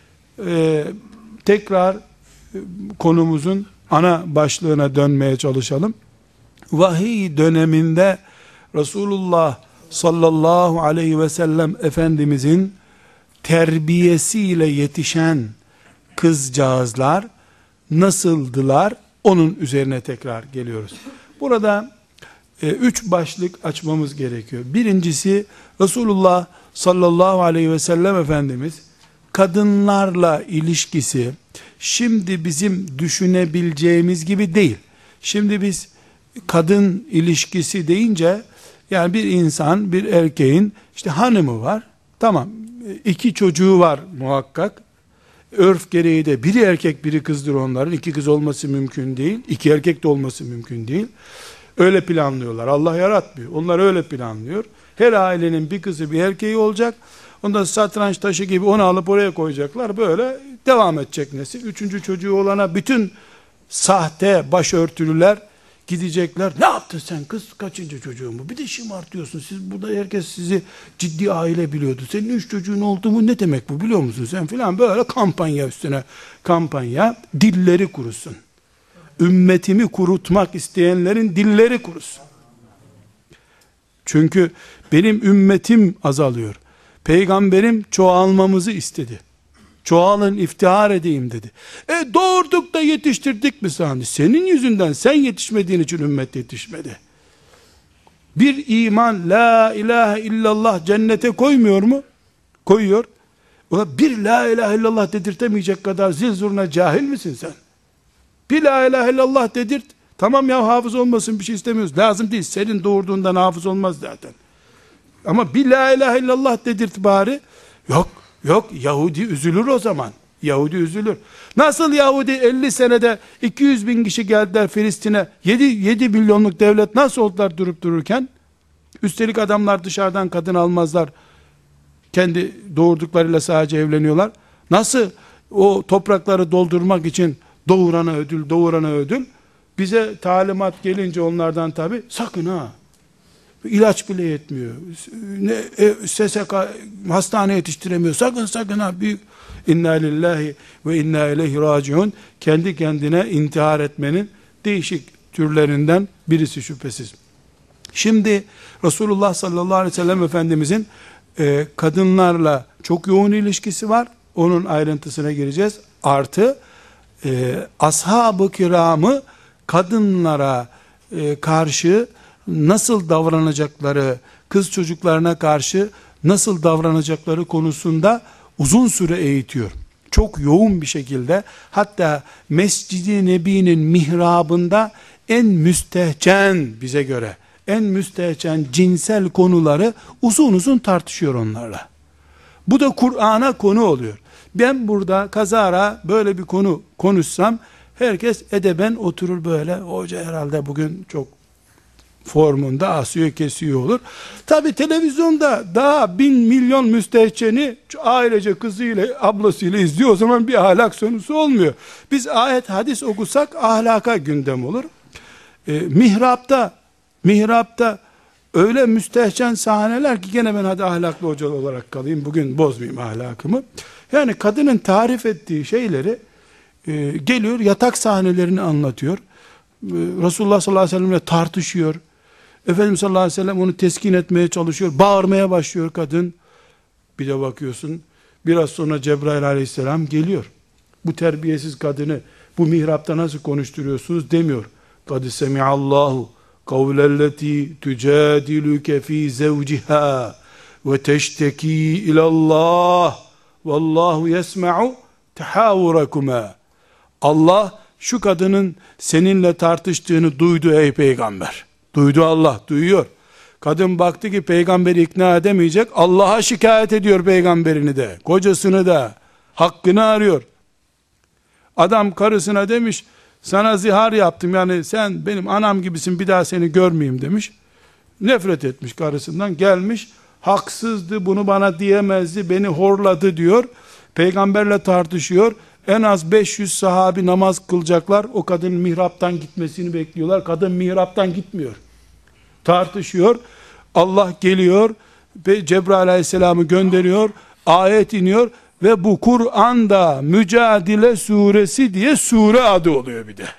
Speaker 1: tekrar konumuzun ana başlığına dönmeye çalışalım. Vahiy döneminde Resulullah sallallahu aleyhi ve sellem Efendimizin terbiyesiyle yetişen kızcağızlar nasıldılar? Onun üzerine tekrar geliyoruz. Burada 3 başlık açmamız gerekiyor. Birincisi, Resulullah sallallahu aleyhi ve sellem Efendimiz kadınlarla ilişkisi şimdi bizim düşünebileceğimiz gibi değil. Şimdi biz kadın ilişkisi deyince, yani bir insan, bir erkeğin işte hanımı var, tamam, 2 çocuğu var muhakkak, örf gereği de biri erkek biri kızdır onların, 2 kız olması mümkün değil, 2 erkek de olması mümkün değil, öyle planlıyorlar, Allah yaratmıyor, onlar öyle planlıyor. Her ailenin bir kızı bir erkeği olacak, ondan satranç taşı gibi onu alıp oraya koyacaklar, böyle devam edecek nesil. 3. çocuğu olana bütün sahte başörtülüler gidecekler. Ne yaptın sen kız? Kaçıncı çocuğun bu? Bir de şımartıyorsun. Siz burada, herkes sizi ciddi aile biliyordu. Senin 3 çocuğun oldu mu ne demek bu, biliyor musun sen filan, böyle kampanya üstüne kampanya, dilleri kurusun. Ümmetimi kurutmak isteyenlerin dilleri kurusun. Çünkü benim ümmetim azalıyor. Peygamberim çoğalmamızı istedi. Çoğalın, iftihar edeyim dedi. Doğurduk da yetiştirdik mi sandı? Senin yüzünden, sen yetişmediğin için ümmet yetişmedi. Bir iman, la ilahe illallah cennete koymuyor mu? Koyuyor. Ona bir la ilahe illallah dedirtemeyecek kadar zil zurna cahil misin sen? Bir la ilahe illallah dedirt. Tamam ya, hafız olmasın, bir şey istemiyoruz. Lazım değil. Senin doğurduğundan hafız olmaz zaten. Ama bir la ilahe illallah dedirt bari. Yok, Yahudi üzülür o zaman. Yahudi üzülür. Nasıl Yahudi 50 senede 200 bin kişi geldiler Filistin'e, 7 milyonluk devlet nasıl oldular durup dururken? Üstelik adamlar dışarıdan kadın almazlar. Kendi doğurduklarıyla sadece evleniyorlar. Nasıl o toprakları doldurmak için doğurana ödül. Bize talimat gelince onlardan tabi, sakın ha. İlaç bile yetmiyor. SSK hastane yetiştiremiyor. Sakın ha. İnna lillahi ve inna ileyhi raciun. Kendi kendine intihar etmenin değişik türlerinden birisi şüphesiz. Şimdi Resulullah sallallahu aleyhi ve sellem Efendimizin kadınlarla çok yoğun ilişkisi var. Onun ayrıntısına gireceğiz. Artı ashab-ı kiramı kadınlara karşı nasıl davranacakları, kız çocuklarına karşı nasıl davranacakları konusunda uzun süre eğitiyor. Çok yoğun bir şekilde, hatta Mescid-i Nebi'nin mihrabında en müstehcen, bize göre en müstehcen cinsel konuları uzun uzun tartışıyor onlarla. Bu da Kur'an'a konu oluyor. Ben burada kazara böyle bir konu konuşsam, herkes edeben oturur böyle. Hoca herhalde bugün çok formunda, asıyor kesiyor olur. Tabi televizyonda daha 1000 milyon müstehceni ailece kızıyla ablasıyla izliyor. O zaman bir ahlak sorusu olmuyor. Biz ayet hadis okusak ahlaka gündem olur. Mihrapta öyle müstehcen sahneler ki, gene ben hadi ahlaklı hoca olarak kalayım, bugün bozmayayım ahlakımı. Yani kadının tarif ettiği şeyleri geliyor, yatak sahnelerini anlatıyor. Resulullah sallallahu aleyhi ve sellem'le tartışıyor. Efendimiz sallallahu aleyhi ve sellem onu teskin etmeye çalışıyor. Bağırmaya başlıyor kadın. Bir de bakıyorsun, biraz sonra Cebrail aleyhisselam geliyor. Bu terbiyesiz kadını bu mihrapta nasıl konuşturuyorsunuz demiyor. قَدْ سَمِعَ اللّٰهُ قَوْلَ الَّتِي تُجَادِلُكَ ف۪ي زَوْجِهَا وَتَشْتَك۪ي اِلَى اللّٰهِ وَاللّٰهُ يَسْمَعُ تَحَاوُرَكُمَا. Allah şu kadının seninle tartıştığını duydu ey peygamber. Duydu, Allah duyuyor. Kadın baktı ki peygamberi ikna edemeyecek, Allah'a şikayet ediyor peygamberini de, kocasını da, hakkını arıyor. Adam karısına demiş, sana zihar yaptım, yani sen benim anam gibisin, bir daha seni görmeyeyim demiş. Nefret etmiş karısından, gelmiş, haksızdı, bunu bana diyemezdi, beni horladı diyor. Peygamberle tartışıyor. En az 500 sahabi namaz kılacaklar. O kadın mihraptan gitmesini bekliyorlar. Kadın mihraptan gitmiyor. Tartışıyor. Allah geliyor ve Cebrail aleyhisselamı gönderiyor. Ayet iniyor ve bu Kur'an'da Mücadele suresi diye sure adı oluyor bir de.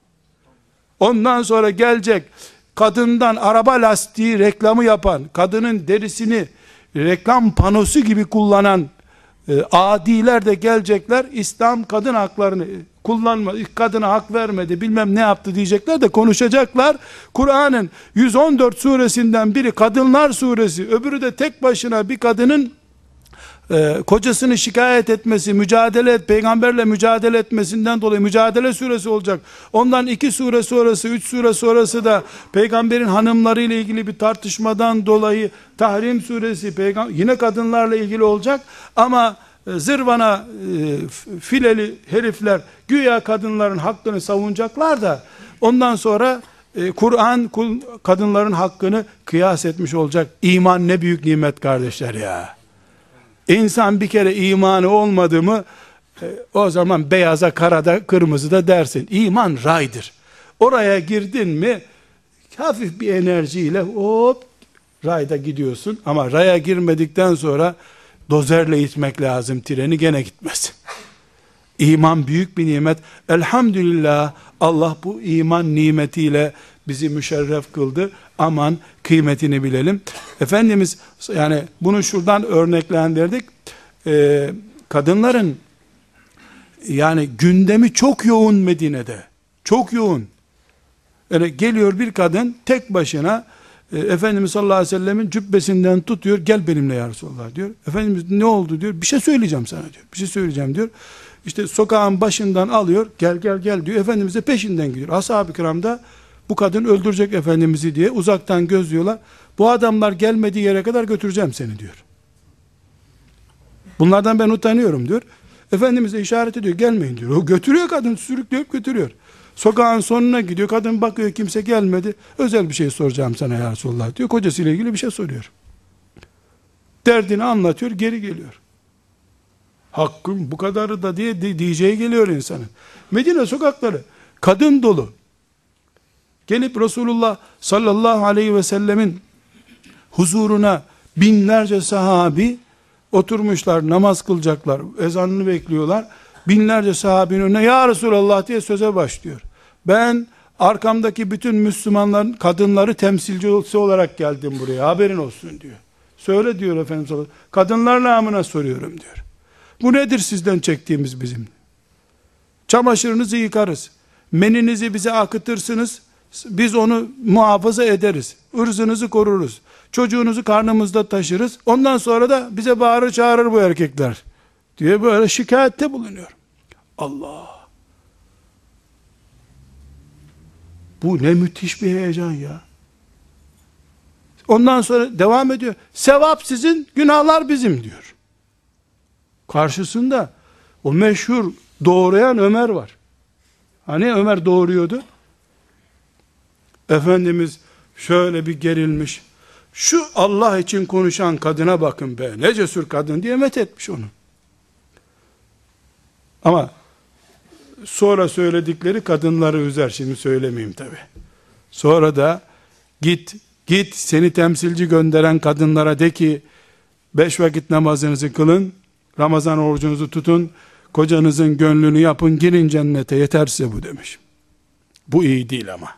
Speaker 1: Ondan sonra gelecek, kadından araba lastiği reklamı yapan, kadının derisini reklam panosu gibi kullanan adiler de gelecekler. İslam kadın haklarını kullanmadı, kadına hak vermedi, bilmem ne yaptı diyecekler de konuşacaklar. Kur'an'ın 114 suresinden biri Kadınlar suresi, öbürü de tek başına bir kadının kocasını şikayet etmesi, peygamberle mücadele etmesinden dolayı Mücadele suresi olacak. Ondan 2 sure sonrası, 3 sure sonrası da peygamberin hanımları ile ilgili bir tartışmadan dolayı Tahrim suresi, yine kadınlarla ilgili olacak. Ama zırvana fileli herifler güya kadınların hakkını savunacaklar da ondan sonra Kur'an kadınların hakkını kıyas etmiş olacak. İman ne büyük nimet kardeşler ya. İnsan bir kere imanı olmadı mı O zaman beyaza, karada, kırmızıda dersin. İman raydır. Oraya girdin mi hafif bir enerjiyle hop rayda gidiyorsun. Ama raya girmedikten sonra dozerle itmek lazım treni, gene gitmez. İman büyük bir nimet. Elhamdülillah Allah bu iman nimetiyle bizi müşerref kıldı. Aman kıymetini bilelim. Efendimiz yani bunu şuradan örneklendirdik. Kadınların yani gündemi çok yoğun Medine'de. Çok yoğun. Yani geliyor bir kadın tek başına Efendimiz sallallahu aleyhi ve sellemin cübbesinden tutuyor. Gel benimle ya Resulallah diyor. Efendimiz ne oldu diyor. Bir şey söyleyeceğim sana diyor. Bir şey söyleyeceğim diyor. İşte sokağın başından alıyor. Gel gel gel diyor. Efendimiz de peşinden gidiyor. Ashab-ı kiram da bu kadın öldürecek Efendimiz'i diye uzaktan gözlüyorlar. Bu adamlar gelmediği yere kadar götüreceğim seni diyor. Bunlardan ben utanıyorum diyor. Efendimiz de işaret ediyor. Gelmeyin diyor. O götürüyor, kadın sürükleyip götürüyor. Sokağın sonuna gidiyor. Kadın bakıyor kimse gelmedi. Özel bir şey soracağım sana ya Resulullah diyor. Kocasıyla ilgili bir şey soruyor. Derdini anlatıyor, geri geliyor. Hakkım bu kadarı da diye diyeceği geliyor insanın. Medine sokakları kadın dolu. Gelip Resulullah sallallahu aleyhi ve sellemin huzuruna binlerce sahabi oturmuşlar, namaz kılacaklar, ezanını bekliyorlar. Binlerce sahabinin önüne ya Resulallah diye söze başlıyor. Ben arkamdaki bütün Müslümanların kadınları temsilcisi olarak geldim buraya, haberin olsun diyor. Söyle diyor Efendimiz sallallahu aleyhi ve sellem. Kadınlar namına soruyorum diyor. Bu nedir sizden çektiğimiz bizim? Çamaşırınızı yıkarız. Meninizi bize akıtırsınız. Biz onu muhafaza ederiz. Irzınızı koruruz. Çocuğunuzu karnımızda taşırız. Ondan sonra da bize bağırır çağırır bu erkekler diye böyle şikayette bulunuyor. Allah! Bu ne müthiş bir heyecan ya. Ondan sonra devam ediyor. Sevap sizin, günahlar bizim diyor. Karşısında o meşhur doğrayan Ömer var. Hani Ömer doğuruyordu? Efendimiz şöyle bir gerilmiş. Şu Allah için konuşan kadına bakın be, ne cesur kadın diye met etmiş onu. Ama sonra söyledikleri kadınları üzer, şimdi söylemeyeyim tabi. Sonra da git seni temsilci gönderen kadınlara de ki 5 vakit namazınızı kılın, Ramazan orucunuzu tutun, kocanızın gönlünü yapın, girin cennete, yeter size bu demiş. Bu iyi değil ama.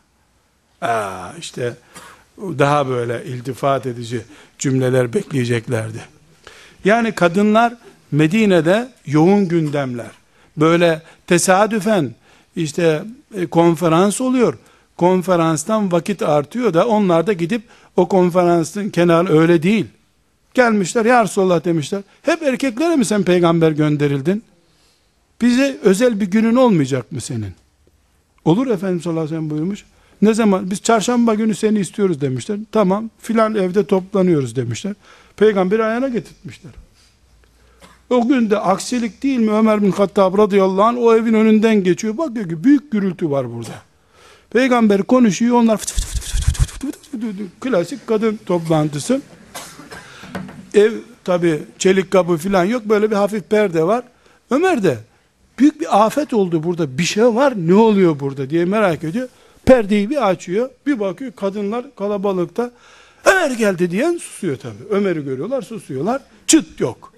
Speaker 1: İşte daha böyle iltifat edici cümleler bekleyeceklerdi. Yani kadınlar Medine'de yoğun gündemler. Böyle tesadüfen işte konferans oluyor. Konferanstan vakit artıyor da onlar da gidip o konferansın kenarı öyle değil. Gelmişler ya Resulallah demişler. Hep erkeklere mi sen peygamber gönderildin? Bize özel bir günün olmayacak mı senin? Olur Efendimiz sallallahu aleyhi ve sellem buyurmuş. Ne zaman? Biz çarşamba günü seni istiyoruz demişler. Tamam filan evde toplanıyoruz demişler. Peygamberi ayağına getirtmişler. O gün de aksilik değil mi? Ömer bin Hattab radıyallahu anh o evin önünden geçiyor. Bakıyor ki büyük gürültü var burada. Peygamber konuşuyor, onlar fıt fıt fıt fıt fıt fıt fıt fıt fıt. Klasik kadın toplantısı. Ev tabi çelik kapı filan yok, böyle bir hafif perde var. Ömer de büyük bir afet oldu burada, bir şey var, ne oluyor burada diye merak ediyor. Perdeyi bir açıyor, bir bakıyor kadınlar kalabalıkta. Ömer geldi diyen susuyor tabi. Ömer'i görüyorlar, susuyorlar. Çıt yok.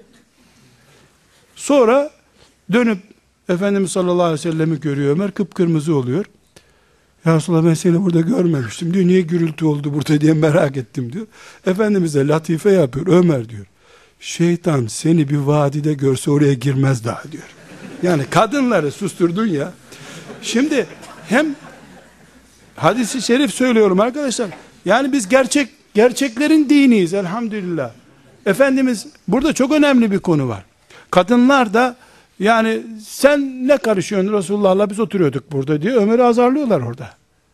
Speaker 1: Sonra dönüp Efendimiz sallallahu aleyhi ve sellem'i görüyor Ömer, kıpkırmızı oluyor. Ya Resulallah ben seni burada görmemiştim diyor. Niye gürültü oldu burada diye merak ettim diyor. Efendimiz de latife yapıyor. Ömer diyor, şeytan seni bir vadide görse oraya girmez daha diyor. Yani kadınları susturdun ya. Şimdi hem hadisi şerif söylüyorum arkadaşlar. Yani biz gerçeklerin diniyiz elhamdülillah. Efendimiz burada çok önemli bir konu var. Kadınlar da yani sen ne karışıyorsun Resulullah'la, biz oturuyorduk burada diye Ömer'i azarlıyorlar orada.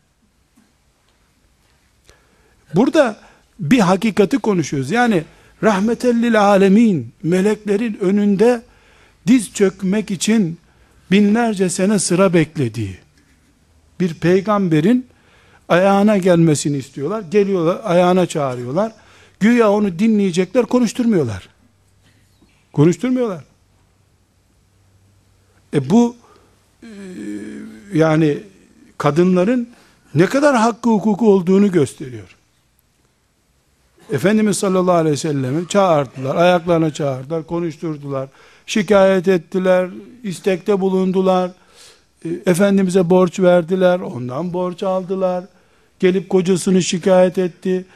Speaker 1: Burada bir hakikati konuşuyoruz. Yani rahmetellil alemin, meleklerin önünde diz çökmek için binlerce sene sıra beklediği bir peygamberin ayağına gelmesini istiyorlar. Geliyorlar, ayağına çağırıyorlar. Güya onu dinleyecekler, konuşturmuyorlar. Konuşturmuyorlar. Bu e, yani kadınların ne kadar hakkı hukuku olduğunu gösteriyor. Efendimiz sallallahu aleyhi ve sellem'i çağırdılar, ayaklarına çağırdılar, konuşturdular, şikayet ettiler, istekte bulundular. Efendimiz'e borç verdiler, ondan borç aldılar. Gelip kocasını şikayet etti.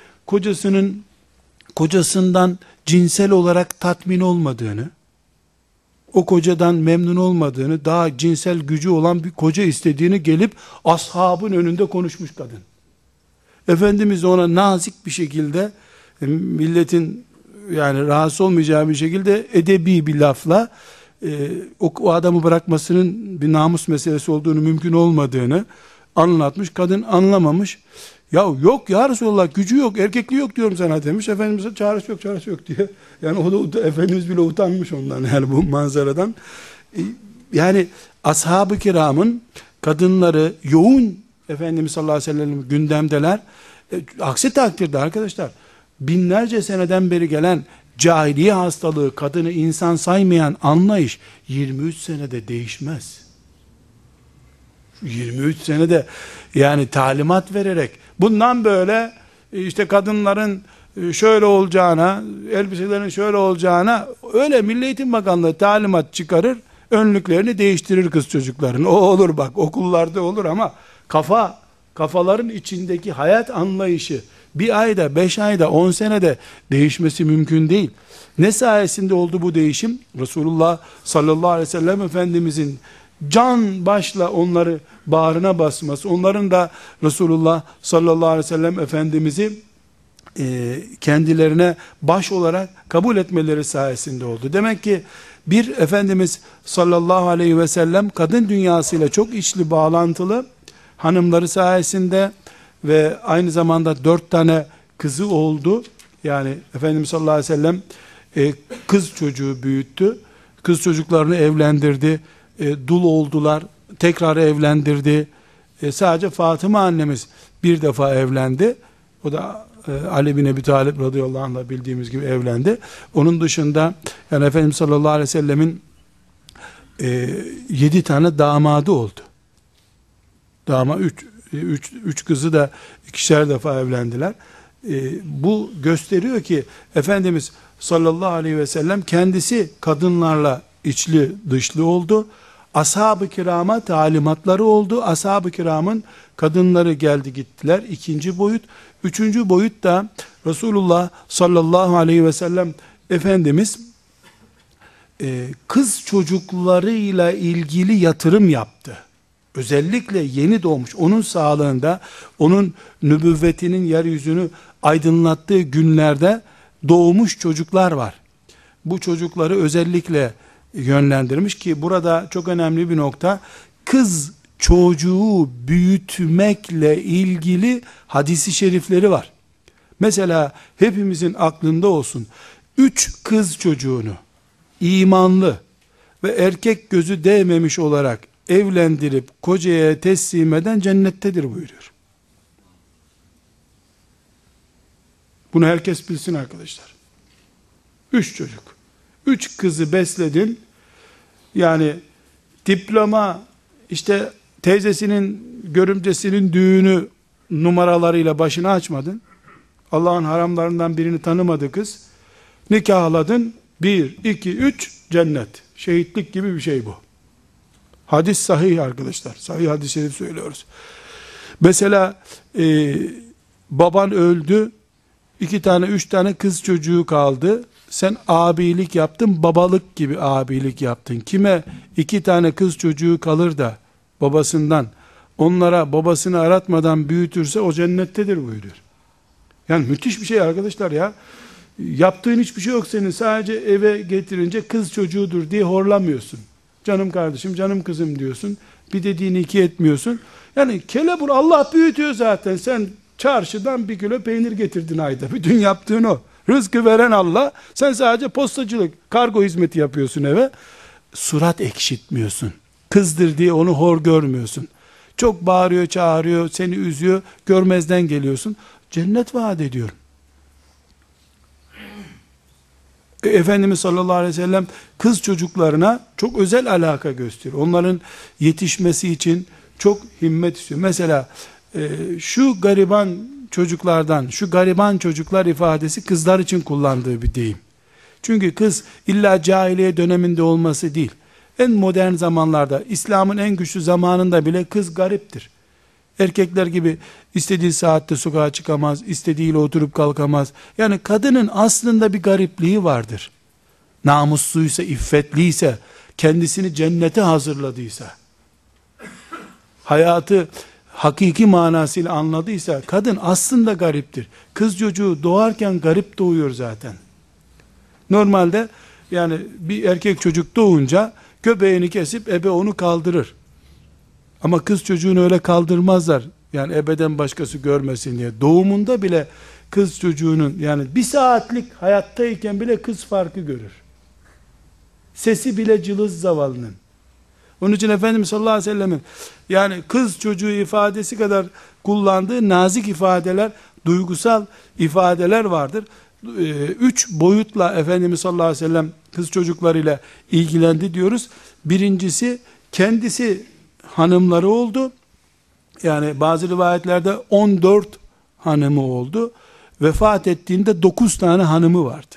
Speaker 1: Kocasından cinsel olarak tatmin olmadığını, o kocadan memnun olmadığını, daha cinsel gücü olan bir koca istediğini gelip ashabın önünde konuşmuş kadın. Efendimiz ona nazik bir şekilde, milletin yani rahatsız olmayacağı bir şekilde edebi bir lafla o adamı bırakmasının bir namus meselesi olduğunu, mümkün olmadığını anlatmış. Kadın anlamamış. Ya yok ya Resulallah, gücü yok, erkekliği yok diyorum sana demiş. Efendimiz'e çaresi yok diye. Yani o da, Efendimiz bile utanmış ondan, yani bu manzaradan. Yani ashab-ı kiramın kadınları yoğun, Efendimiz sallallahu aleyhi ve sellem gündemdeler. Aksi takdirde arkadaşlar, binlerce seneden beri gelen cahiliye hastalığı, kadını insan saymayan anlayış 23 senede değişmez. 23 senede yani talimat vererek bundan böyle işte kadınların şöyle olacağına, elbiselerin şöyle olacağına, öyle Milli Eğitim Bakanlığı talimat çıkarır, önlüklerini değiştirir kız çocukların. O olur bak, okullarda olur, ama kafaların içindeki hayat anlayışı bir ayda, 5 ayda, 10 senede değişmesi mümkün değil. Ne sayesinde oldu bu değişim? Resulullah sallallahu aleyhi ve sellem Efendimizin can başla onları bağrına basması, onların da Resulullah sallallahu aleyhi ve sellem Efendimiz'i kendilerine baş olarak kabul etmeleri sayesinde oldu. Demek ki bir Efendimiz sallallahu aleyhi ve sellem kadın dünyasıyla çok içli bağlantılı, hanımları sayesinde ve aynı zamanda 4 tane kızı oldu. Yani Efendimiz sallallahu aleyhi ve sellem kız çocuğu büyüttü. Kız çocuklarını evlendirdi. Dul oldular. Tekrar evlendirdi. Sadece Fatıma annemiz bir defa evlendi. O da Ali bin Ebi Talib radıyallahu anh'la bildiğimiz gibi evlendi. Onun dışında yani Efendimiz sallallahu aleyhi ve sellemin 7 tane damadı oldu. Üç kızı da ikişer defa evlendiler. Bu gösteriyor ki Efendimiz sallallahu aleyhi ve sellem kendisi kadınlarla içli dışlı oldu. Ashab-ı kirama talimatları oldu. Ashab-ı kiramın kadınları geldi gittiler. İkinci boyut. Üçüncü boyut da Resulullah sallallahu aleyhi ve sellem Efendimiz kız çocuklarıyla ilgili yatırım yaptı. Özellikle yeni doğmuş, onun sağlığında, onun nübüvvetinin yeryüzünü aydınlattığı günlerde doğmuş çocuklar var. Bu çocukları özellikle yönlendirmiş ki burada çok önemli bir nokta, kız çocuğu büyütmekle ilgili hadisi şerifleri var. Mesela hepimizin aklında olsun, 3 kız çocuğunu imanlı ve erkek gözü değmemiş olarak evlendirip kocaya teslim eden cennettedir buyuruyor. Bunu herkes bilsin arkadaşlar. 3 çocuk. 3 kızı besledin. Yani diploma, işte teyzesinin, görümcesinin düğünü numaralarıyla başını açmadın. Allah'ın haramlarından birini tanımadı kız. Nikahladın. 1, 2, 3 cennet. Şehitlik gibi bir şey bu. Hadis sahih arkadaşlar. Sahih hadis-i şerif söylüyoruz. Mesela baban öldü. 2 tane 3 tane kız çocuğu kaldı. Sen abilik yaptın, babalık gibi abilik yaptın. Kime 2 tane kız çocuğu kalır da babasından, onlara babasını aratmadan büyütürse o cennettedir buyuruyor. Yani müthiş bir şey arkadaşlar ya. Yaptığın hiçbir şey yok senin. Sadece eve getirince kız çocuğudur diye horlamıyorsun. Canım kardeşim, canım kızım diyorsun. Bir dediğini 2 etmiyorsun. Yani kelebur, Allah büyütüyor zaten. Sen çarşıdan 1 kilo peynir getirdin ayda. Bütün yaptığın o. Rızkı veren Allah. Sen sadece postacılık, kargo hizmeti yapıyorsun eve. Surat ekşitmiyorsun. Kızdır diye onu hor görmüyorsun. Çok bağırıyor, çağırıyor, seni üzüyor. Görmezden geliyorsun. Cennet vaat ediyor. Efendimiz sallallahu aleyhi ve sellem kız çocuklarına çok özel alaka gösteriyor. Onların yetişmesi için çok himmet istiyor. Mesela şu gariban çocuklardan, şu gariban çocuklar ifadesi kızlar için kullandığı bir deyim. Çünkü kız illa cahiliye döneminde olması değil. En modern zamanlarda, İslam'ın en güçlü zamanında bile kız gariptir. Erkekler gibi istediği saatte sokağa çıkamaz, istediğiyle oturup kalkamaz. Yani kadının aslında bir garipliği vardır. Namusluysa, iffetliyse, kendisini cennete hazırladıysa, hayatı hakiki manasıyla anladıysa, kadın aslında gariptir. Kız çocuğu doğarken garip doğuyor zaten. Normalde yani bir erkek çocuk doğunca göbeğini kesip ebe onu kaldırır. Ama kız çocuğunu öyle kaldırmazlar. Yani ebeden başkası görmesin diye. Doğumunda bile kız çocuğunun, yani bir saatlik hayattayken bile kız farkı görür. Sesi bile cılız zavallının. Onun için Efendimiz sallallahu aleyhi ve sellemin yani kız çocuğu ifadesi kadar kullandığı nazik ifadeler, duygusal ifadeler vardır. 3 boyutla Efendimiz sallallahu aleyhi ve sellem kız çocuklarıyla ilgilendi diyoruz. Birincisi, kendisi hanımları oldu. Yani bazı rivayetlerde 14 hanımı oldu. Vefat ettiğinde 9 tane hanımı vardı.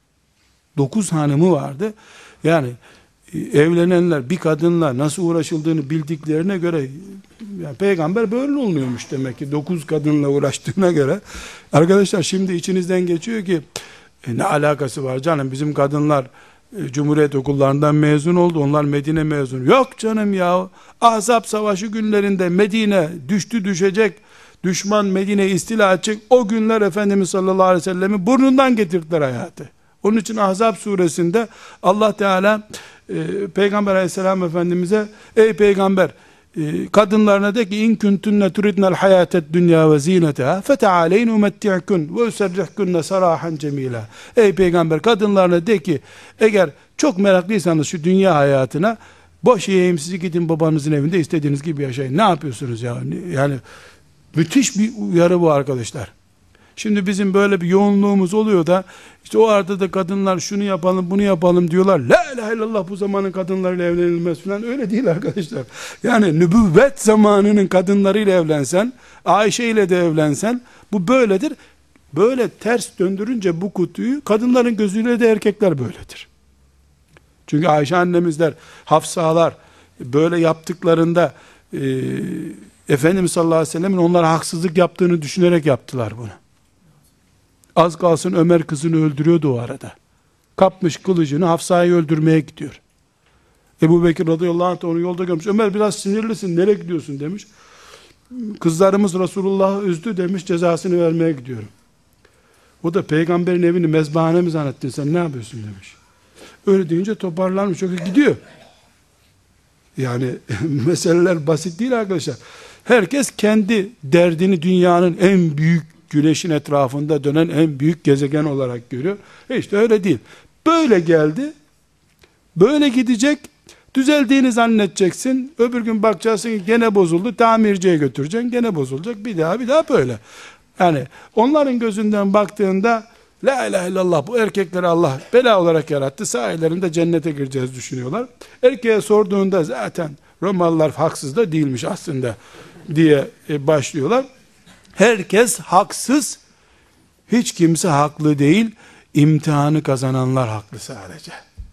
Speaker 1: 9 hanımı vardı. Yani evlenenler bir kadınla nasıl uğraşıldığını bildiklerine göre, yani peygamber böyle olmuyormuş demek ki 9 kadınla uğraştığına göre. Arkadaşlar şimdi içinizden geçiyor ki ne alakası var canım, bizim kadınlar Cumhuriyet okullarından mezun oldu, onlar Medine mezunu. Yok canım ya, Ahzab savaşı günlerinde Medine düştü düşecek, düşman Medine istila edecek, o günler Efendimiz sallallahu aleyhi ve sellem'i burnundan getirdiler hayatı. Onun için Ahzab suresinde Allah Teala Peygamber aleyhisselam efendimize, ey peygamber, kadınlarına de ki in kuntunne turidnel hayatet dünya ve zineteha fetealeyn umetti'kun ve userrihkunne sarahan cemila. Ey peygamber, kadınlarına de ki eğer çok meraklıysanız şu dünya hayatına, boşayayım sizi, gidin babanızın evinde istediğiniz gibi yaşayın. Ne yapıyorsunuz ya? Yani müthiş bir uyarı bu arkadaşlar. Şimdi bizim böyle bir yoğunluğumuz oluyor da işte o arada da kadınlar şunu yapalım bunu yapalım diyorlar. La ilahe illallah, bu zamanın kadınlarıyla evlenilmez falan. Öyle değil arkadaşlar. Yani nübüvvet zamanının kadınlarıyla evlensen, Ayşe ile de evlensen bu böyledir. Böyle ters döndürünce bu kutuyu, kadınların gözüyle de erkekler böyledir. Çünkü Ayşe annemizler, Hafsalar böyle yaptıklarında Efendimiz sallallahu aleyhi ve sellem'in onlara haksızlık yaptığını düşünerek yaptılar bunu. Az kalsın Ömer kızını öldürüyordu o arada. Kapmış kılıcını, Hafsa'yı öldürmeye gidiyor. Ebu Bekir radıyallahu anh onu yolda görmüş. Ömer biraz sinirlisin, nereye gidiyorsun demiş. Kızlarımız Resulullah'ı üzdü demiş, cezasını vermeye gidiyorum. O da peygamberin evini mezbahane mi zannettin sen, ne yapıyorsun demiş. Öyle deyince toparlanmış, çünkü gidiyor. Yani meseleler basit değil arkadaşlar. Herkes kendi derdini dünyanın en büyük, güneşin etrafında dönen en büyük gezegen olarak görüyor. İşte öyle değil. Böyle geldi, böyle gidecek, düzeldiğini zannedeceksin. Öbür gün bakacaksın ki gene bozuldu, tamirciye götüreceksin, gene bozulacak, bir daha böyle. Yani onların gözünden baktığında la ilahe illallah, bu erkekleri Allah bela olarak yarattı, sayelerinde cennete gireceğiz düşünüyorlar. Erkeğe sorduğunda zaten Romalılar haksız da değilmiş aslında diye başlıyorlar. Herkes haksız, hiç kimse haklı değil, imtihanı kazananlar haklı sadece.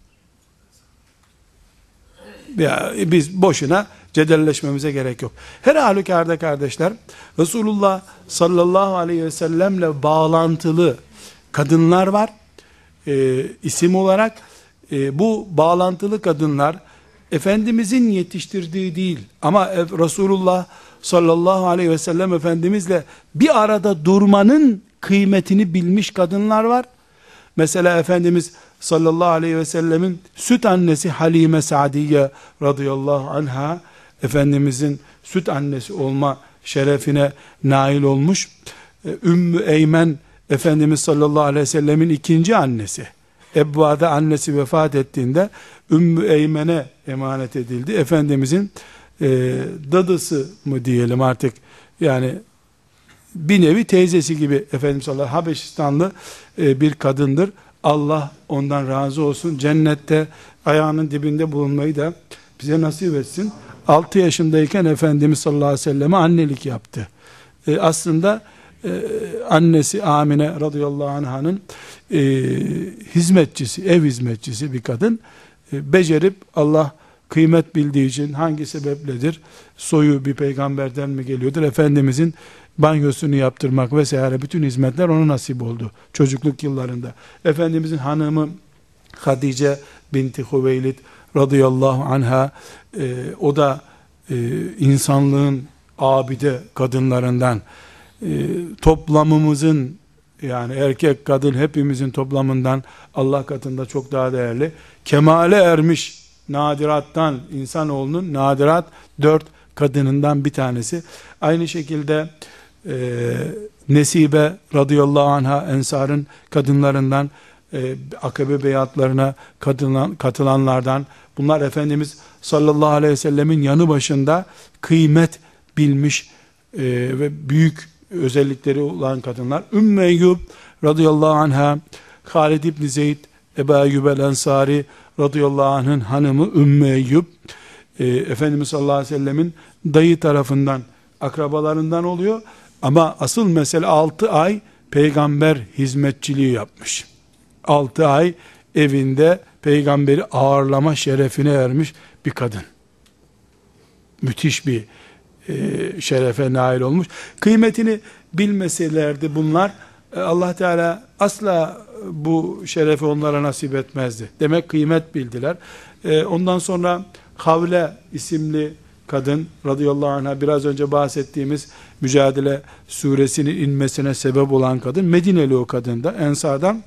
Speaker 1: Ya, biz boşuna cedelleşmemize gerek yok. Her halükarda kardeşler, Resulullah sallallahu aleyhi ve sellemle bağlantılı kadınlar var. İsim olarak bu bağlantılı kadınlar Efendimizin yetiştirdiği değil, ama Resulullah sallallahu aleyhi ve sellem Efendimizle bir arada durmanın kıymetini bilmiş kadınlar var. Mesela Efendimiz sallallahu aleyhi ve sellemin süt annesi Halime Sa'diye radıyallahu anha, Efendimizin süt annesi olma şerefine nail olmuş. Ümmü Eymen, Efendimiz sallallahu aleyhi ve sellemin ikinci annesi. Ebba'da annesi vefat ettiğinde Ümmü Eymen'e emanet edildi. Efendimizin dadısı mı diyelim artık, yani bir nevi teyzesi gibi, Efendimiz sallallahu aleyhi ve sellem Habeşistanlı bir kadındır. Allah ondan razı olsun. Cennette ayağının dibinde bulunmayı da bize nasip etsin. 6 yaşındayken Efendimiz sallallahu aleyhi ve selleme annelik yaptı. Aslında annesi Amine radıyallahu anh'ın hizmetçisi, ev hizmetçisi bir kadın. Becerip Allah kıymet bildiği için hangi sebepledir, soyu bir peygamberden mi geliyordur, Efendimizin banyosunu yaptırmak vesaire bütün hizmetler ona nasip oldu çocukluk yıllarında. Efendimizin hanımı Hatice binti Hüveylid radıyallahu anha, o da insanlığın abide kadınlarından, toplamımızın, yani erkek kadın hepimizin toplamından Allah katında çok daha değerli, kemale ermiş nadirattan, insanoğlunun nadirat 4 kadınından bir tanesi. Aynı şekilde Nesibe radıyallahu anha Ensar'ın kadınlarından, Akabe beyatlarına katılanlardan. Bunlar Efendimiz sallallahu aleyhi ve sellemin yanı başında kıymet bilmiş ve büyük özellikleri olan kadınlar. Ümmü Eyyub radıyallahu anha, Halid İbni Zeyd Ebu Eyyub el Ensari radıyallahu anh'ın hanımı Ümmü Eyyub, Efendimiz sallallahu aleyhi ve sellemin dayı tarafından, akrabalarından oluyor. Ama asıl mesele 6 ay peygamber hizmetçiliği yapmış. 6 ay evinde peygamberi ağırlama şerefine ermiş bir kadın. Müthiş bir şerefe nail olmuş. Kıymetini bilmeselerdi bunlar, Allah Teala asla bu şerefi onlara nasip etmezdi. Demek kıymet bildiler. Ondan sonra Havle isimli kadın radıyallahu anh'a, biraz önce bahsettiğimiz Mücadele suresinin inmesine sebep olan kadın, Medineli o kadın da, Ensar'dan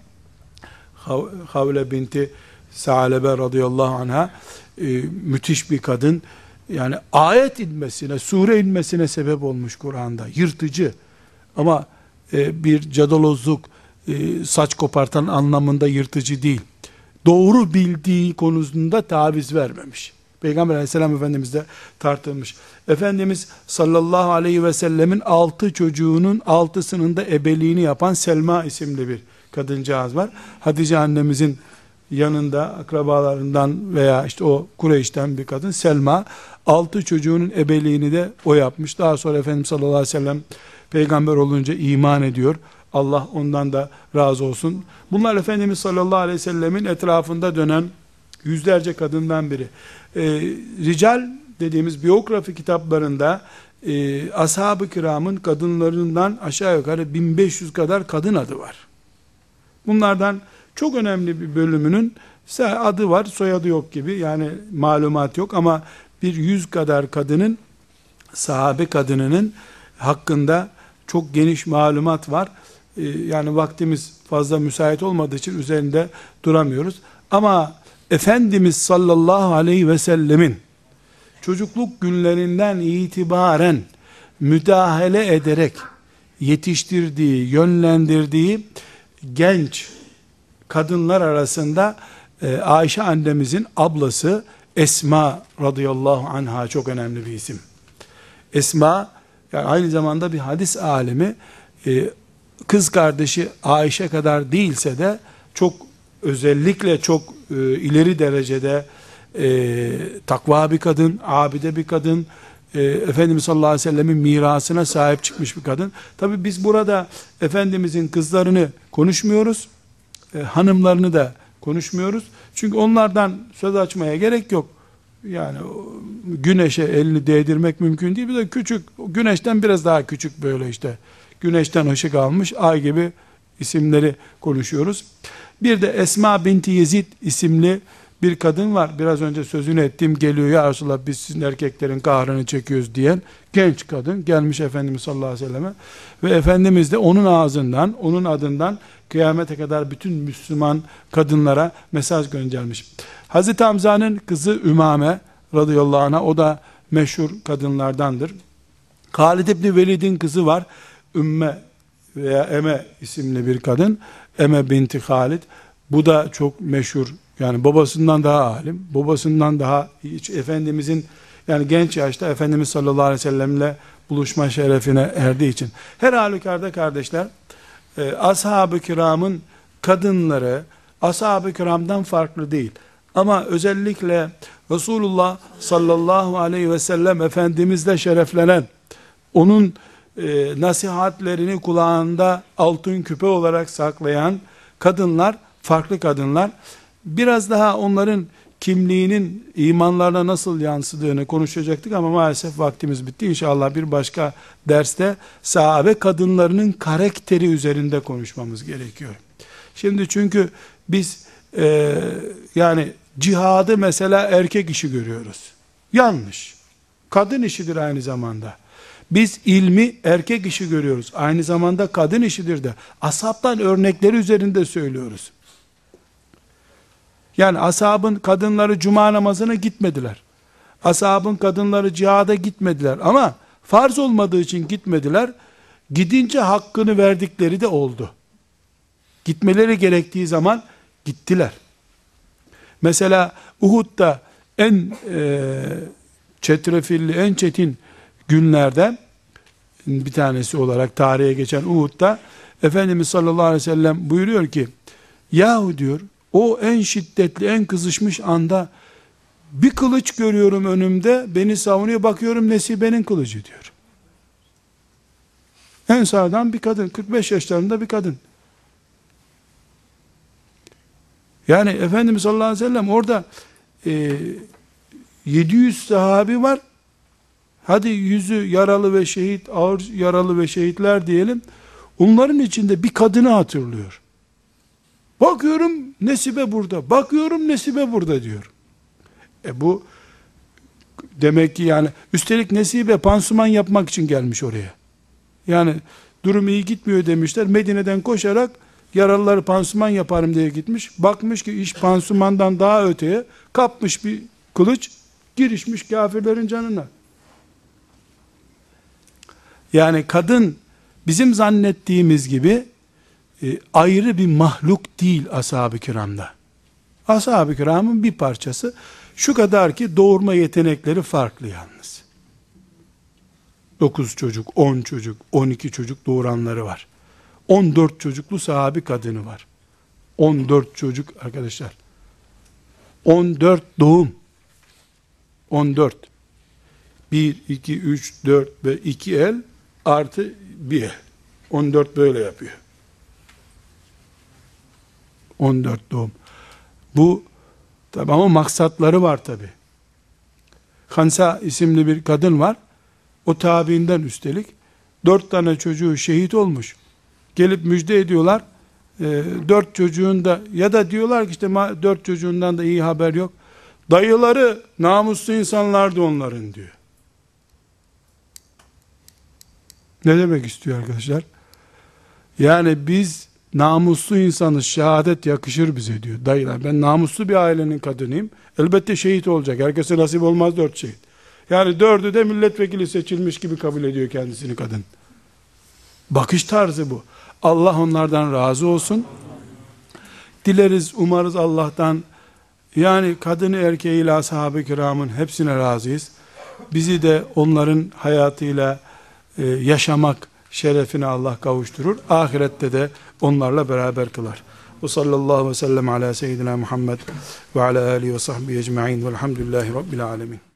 Speaker 1: Havle binti Sa'lebe radıyallahu anh'a, müthiş bir kadın. Yani ayet inmesine, sure inmesine sebep olmuş Kur'an'da. Yırtıcı ama bir cadalozluk, saç kopartan anlamında yırtıcı değil. Doğru bildiği konusunda taviz vermemiş. Peygamber aleyhisselam Efendimiz de tartılmış. Efendimiz sallallahu aleyhi ve sellemin 6 çocuğunun 6'sının da ebeliğini yapan Selma isimli bir kadıncağız var. Hatice annemizin yanında akrabalarından veya işte o Kureyş'ten bir kadın Selma, 6 çocuğunun ebeliğini de o yapmış. Daha sonra Efendimiz sallallahu aleyhi ve sellem peygamber olunca iman ediyor. Allah ondan da razı olsun. Bunlar Efendimiz sallallahu aleyhi ve sellemin etrafında dönen yüzlerce kadından biri. Rical dediğimiz biyografi kitaplarında ashab-ı kiramın kadınlarından aşağı yukarı 1500 kadar kadın adı var. Bunlardan çok önemli bir bölümünün adı var, soyadı yok gibi, yani malumat yok, ama bir 100 kadar kadının, sahabe kadınının hakkında çok geniş malumat var. Yani vaktimiz fazla müsait olmadığı için üzerinde duramıyoruz. Ama Efendimiz sallallahu aleyhi ve sellemin çocukluk günlerinden itibaren müdahale ederek yetiştirdiği, yönlendirdiği genç kadınlar arasında Ayşe annemizin ablası Esma radıyallahu anha çok önemli bir isim. Esma, yani aynı zamanda bir hadis alimi, kız kardeşi Ayşe kadar değilse de çok, özellikle çok ileri derecede takva bir kadın, abide bir kadın, Efendimiz sallallahu aleyhi ve sellemin mirasına sahip çıkmış bir kadın. Tabi biz burada Efendimizin kızlarını konuşmuyoruz, hanımlarını da konuşmuyoruz. Çünkü onlardan söz açmaya gerek yok. Yani güneşe elini değdirmek mümkün değil. Bir de küçük, güneşten biraz daha küçük, böyle işte güneşten ışık almış ay gibi isimleri konuşuyoruz. Bir de Esma binti Yezid isimli bir kadın var. Biraz önce sözünü ettiğim, geliyor ya Resulallah biz sizin erkeklerin kahrını çekiyoruz diyen genç kadın gelmiş Efendimiz sallallahu aleyhi ve selleme ve Efendimiz de onun ağzından, onun adından kıyamete kadar bütün Müslüman kadınlara mesaj göndermiş. Hazreti Hamza'nın kızı Ümame radıyallahu anh'a, o da meşhur kadınlardandır. Halid İbni Velid'in kızı var, Ümme veya Eme isimli bir kadın, Eme binti Halid. Bu da çok meşhur, yani babasından daha alim, babasından daha hiç Efendimizin, yani genç yaşta Efendimiz sallallahu aleyhi ve sellemle buluşma şerefine erdiği için. Her halükarda kardeşler, ashab-ı kiramın kadınları ashab-ı kiramdan farklı değil. Ama özellikle Resulullah sallallahu aleyhi ve sellem Efendimizle şereflenen, onun nasihatlerini kulağında altın küpe olarak saklayan kadınlar, farklı kadınlar. Biraz daha onların kimliğinin imanlarına nasıl yansıdığını konuşacaktık ama maalesef vaktimiz bitti. İnşallah bir başka derste sahabe kadınlarının karakteri üzerinde konuşmamız gerekiyor. Şimdi çünkü biz yani cihadı mesela erkek işi görüyoruz. Yanlış. Kadın işidir aynı zamanda. Biz ilmi erkek işi görüyoruz. Aynı zamanda kadın işidir de. Ashabtan örnekleri üzerinde söylüyoruz. Yani ashabın kadınları cuma namazına gitmediler. Ashabın kadınları cihada gitmediler. Ama farz olmadığı için gitmediler. Gidince hakkını verdikleri de oldu. Gitmeleri gerektiği zaman gittiler. Mesela Uhud'da en çetrefilli, en çetin günlerden bir tanesi olarak tarihe geçen Uhud'da Efendimiz sallallahu aleyhi ve sellem buyuruyor ki, yahu diyor, o en şiddetli, en kızışmış anda bir kılıç görüyorum önümde, beni savunuyor, bakıyorum Nesibe'nin kılıcı diyor. En sağdan bir kadın, 45 yaşlarında bir kadın. Yani Efendimiz sallallahu aleyhi ve sellem orada 700 sahabi var. Hadi 100'ü yaralı ve şehit, ağır yaralı ve şehitler diyelim. Onların içinde bir kadını hatırlıyor. Bakıyorum Nesibe burada. Bakıyorum Nesibe burada diyor. Bu demek ki yani üstelik Nesibe pansuman yapmak için gelmiş oraya. Yani durum iyi gitmiyor demişler. Medine'den koşarak yaralıları pansuman yaparım diye gitmiş. Bakmış ki iş pansumandan daha öteye, kapmış bir kılıç, girişmiş kafirlerin canına. Yani kadın bizim zannettiğimiz gibi ayrı bir mahluk değil ashab-ı kiramda. Ashab-ı kiramın bir parçası. Şu kadar ki doğurma yetenekleri farklı yalnız. 9 çocuk, 10 çocuk, 12 çocuk doğuranları var. 14 çocuklu sahabi kadını var. 14 çocuk arkadaşlar. 14 doğum. 14. 1, 2, 3, 4 ve 2 el artı 1 el. 14 böyle yapıyor. 14 doğum. Bu tabi ama maksatları var tabi. Hansa isimli bir kadın var. O tabiinden üstelik 4 tane çocuğu şehit olmuş. Gelip müjde ediyorlar. 4 çocuğun da ya da diyorlar ki işte 4 çocuğundan da iyi haber yok. Dayıları namuslu insanlardı onların diyor. Ne demek istiyor arkadaşlar? Yani biz namuslu insanız, şehadet yakışır bize diyor. Dayılar, ben namuslu bir ailenin kadınıyım. Elbette şehit olacak. Herkese nasip olmaz 4 şehit. Yani 4'ü de milletvekili seçilmiş gibi kabul ediyor kendisini kadın. Bakış tarzı bu. Allah onlardan razı olsun. Dileriz, umarız Allah'tan, yani kadını erkeğiyle ashab-ı kiramın hepsine razıyız. Bizi de onların hayatıyla yaşamak şerefine Allah kavuşturur. Ahirette de onlarla beraber kılar. Ve sallallahu aleyhi ve sellem ala seyyidina Muhammed ve ala alihi ve sahbihi ecma'in velhamdülillahi rabbil alemin.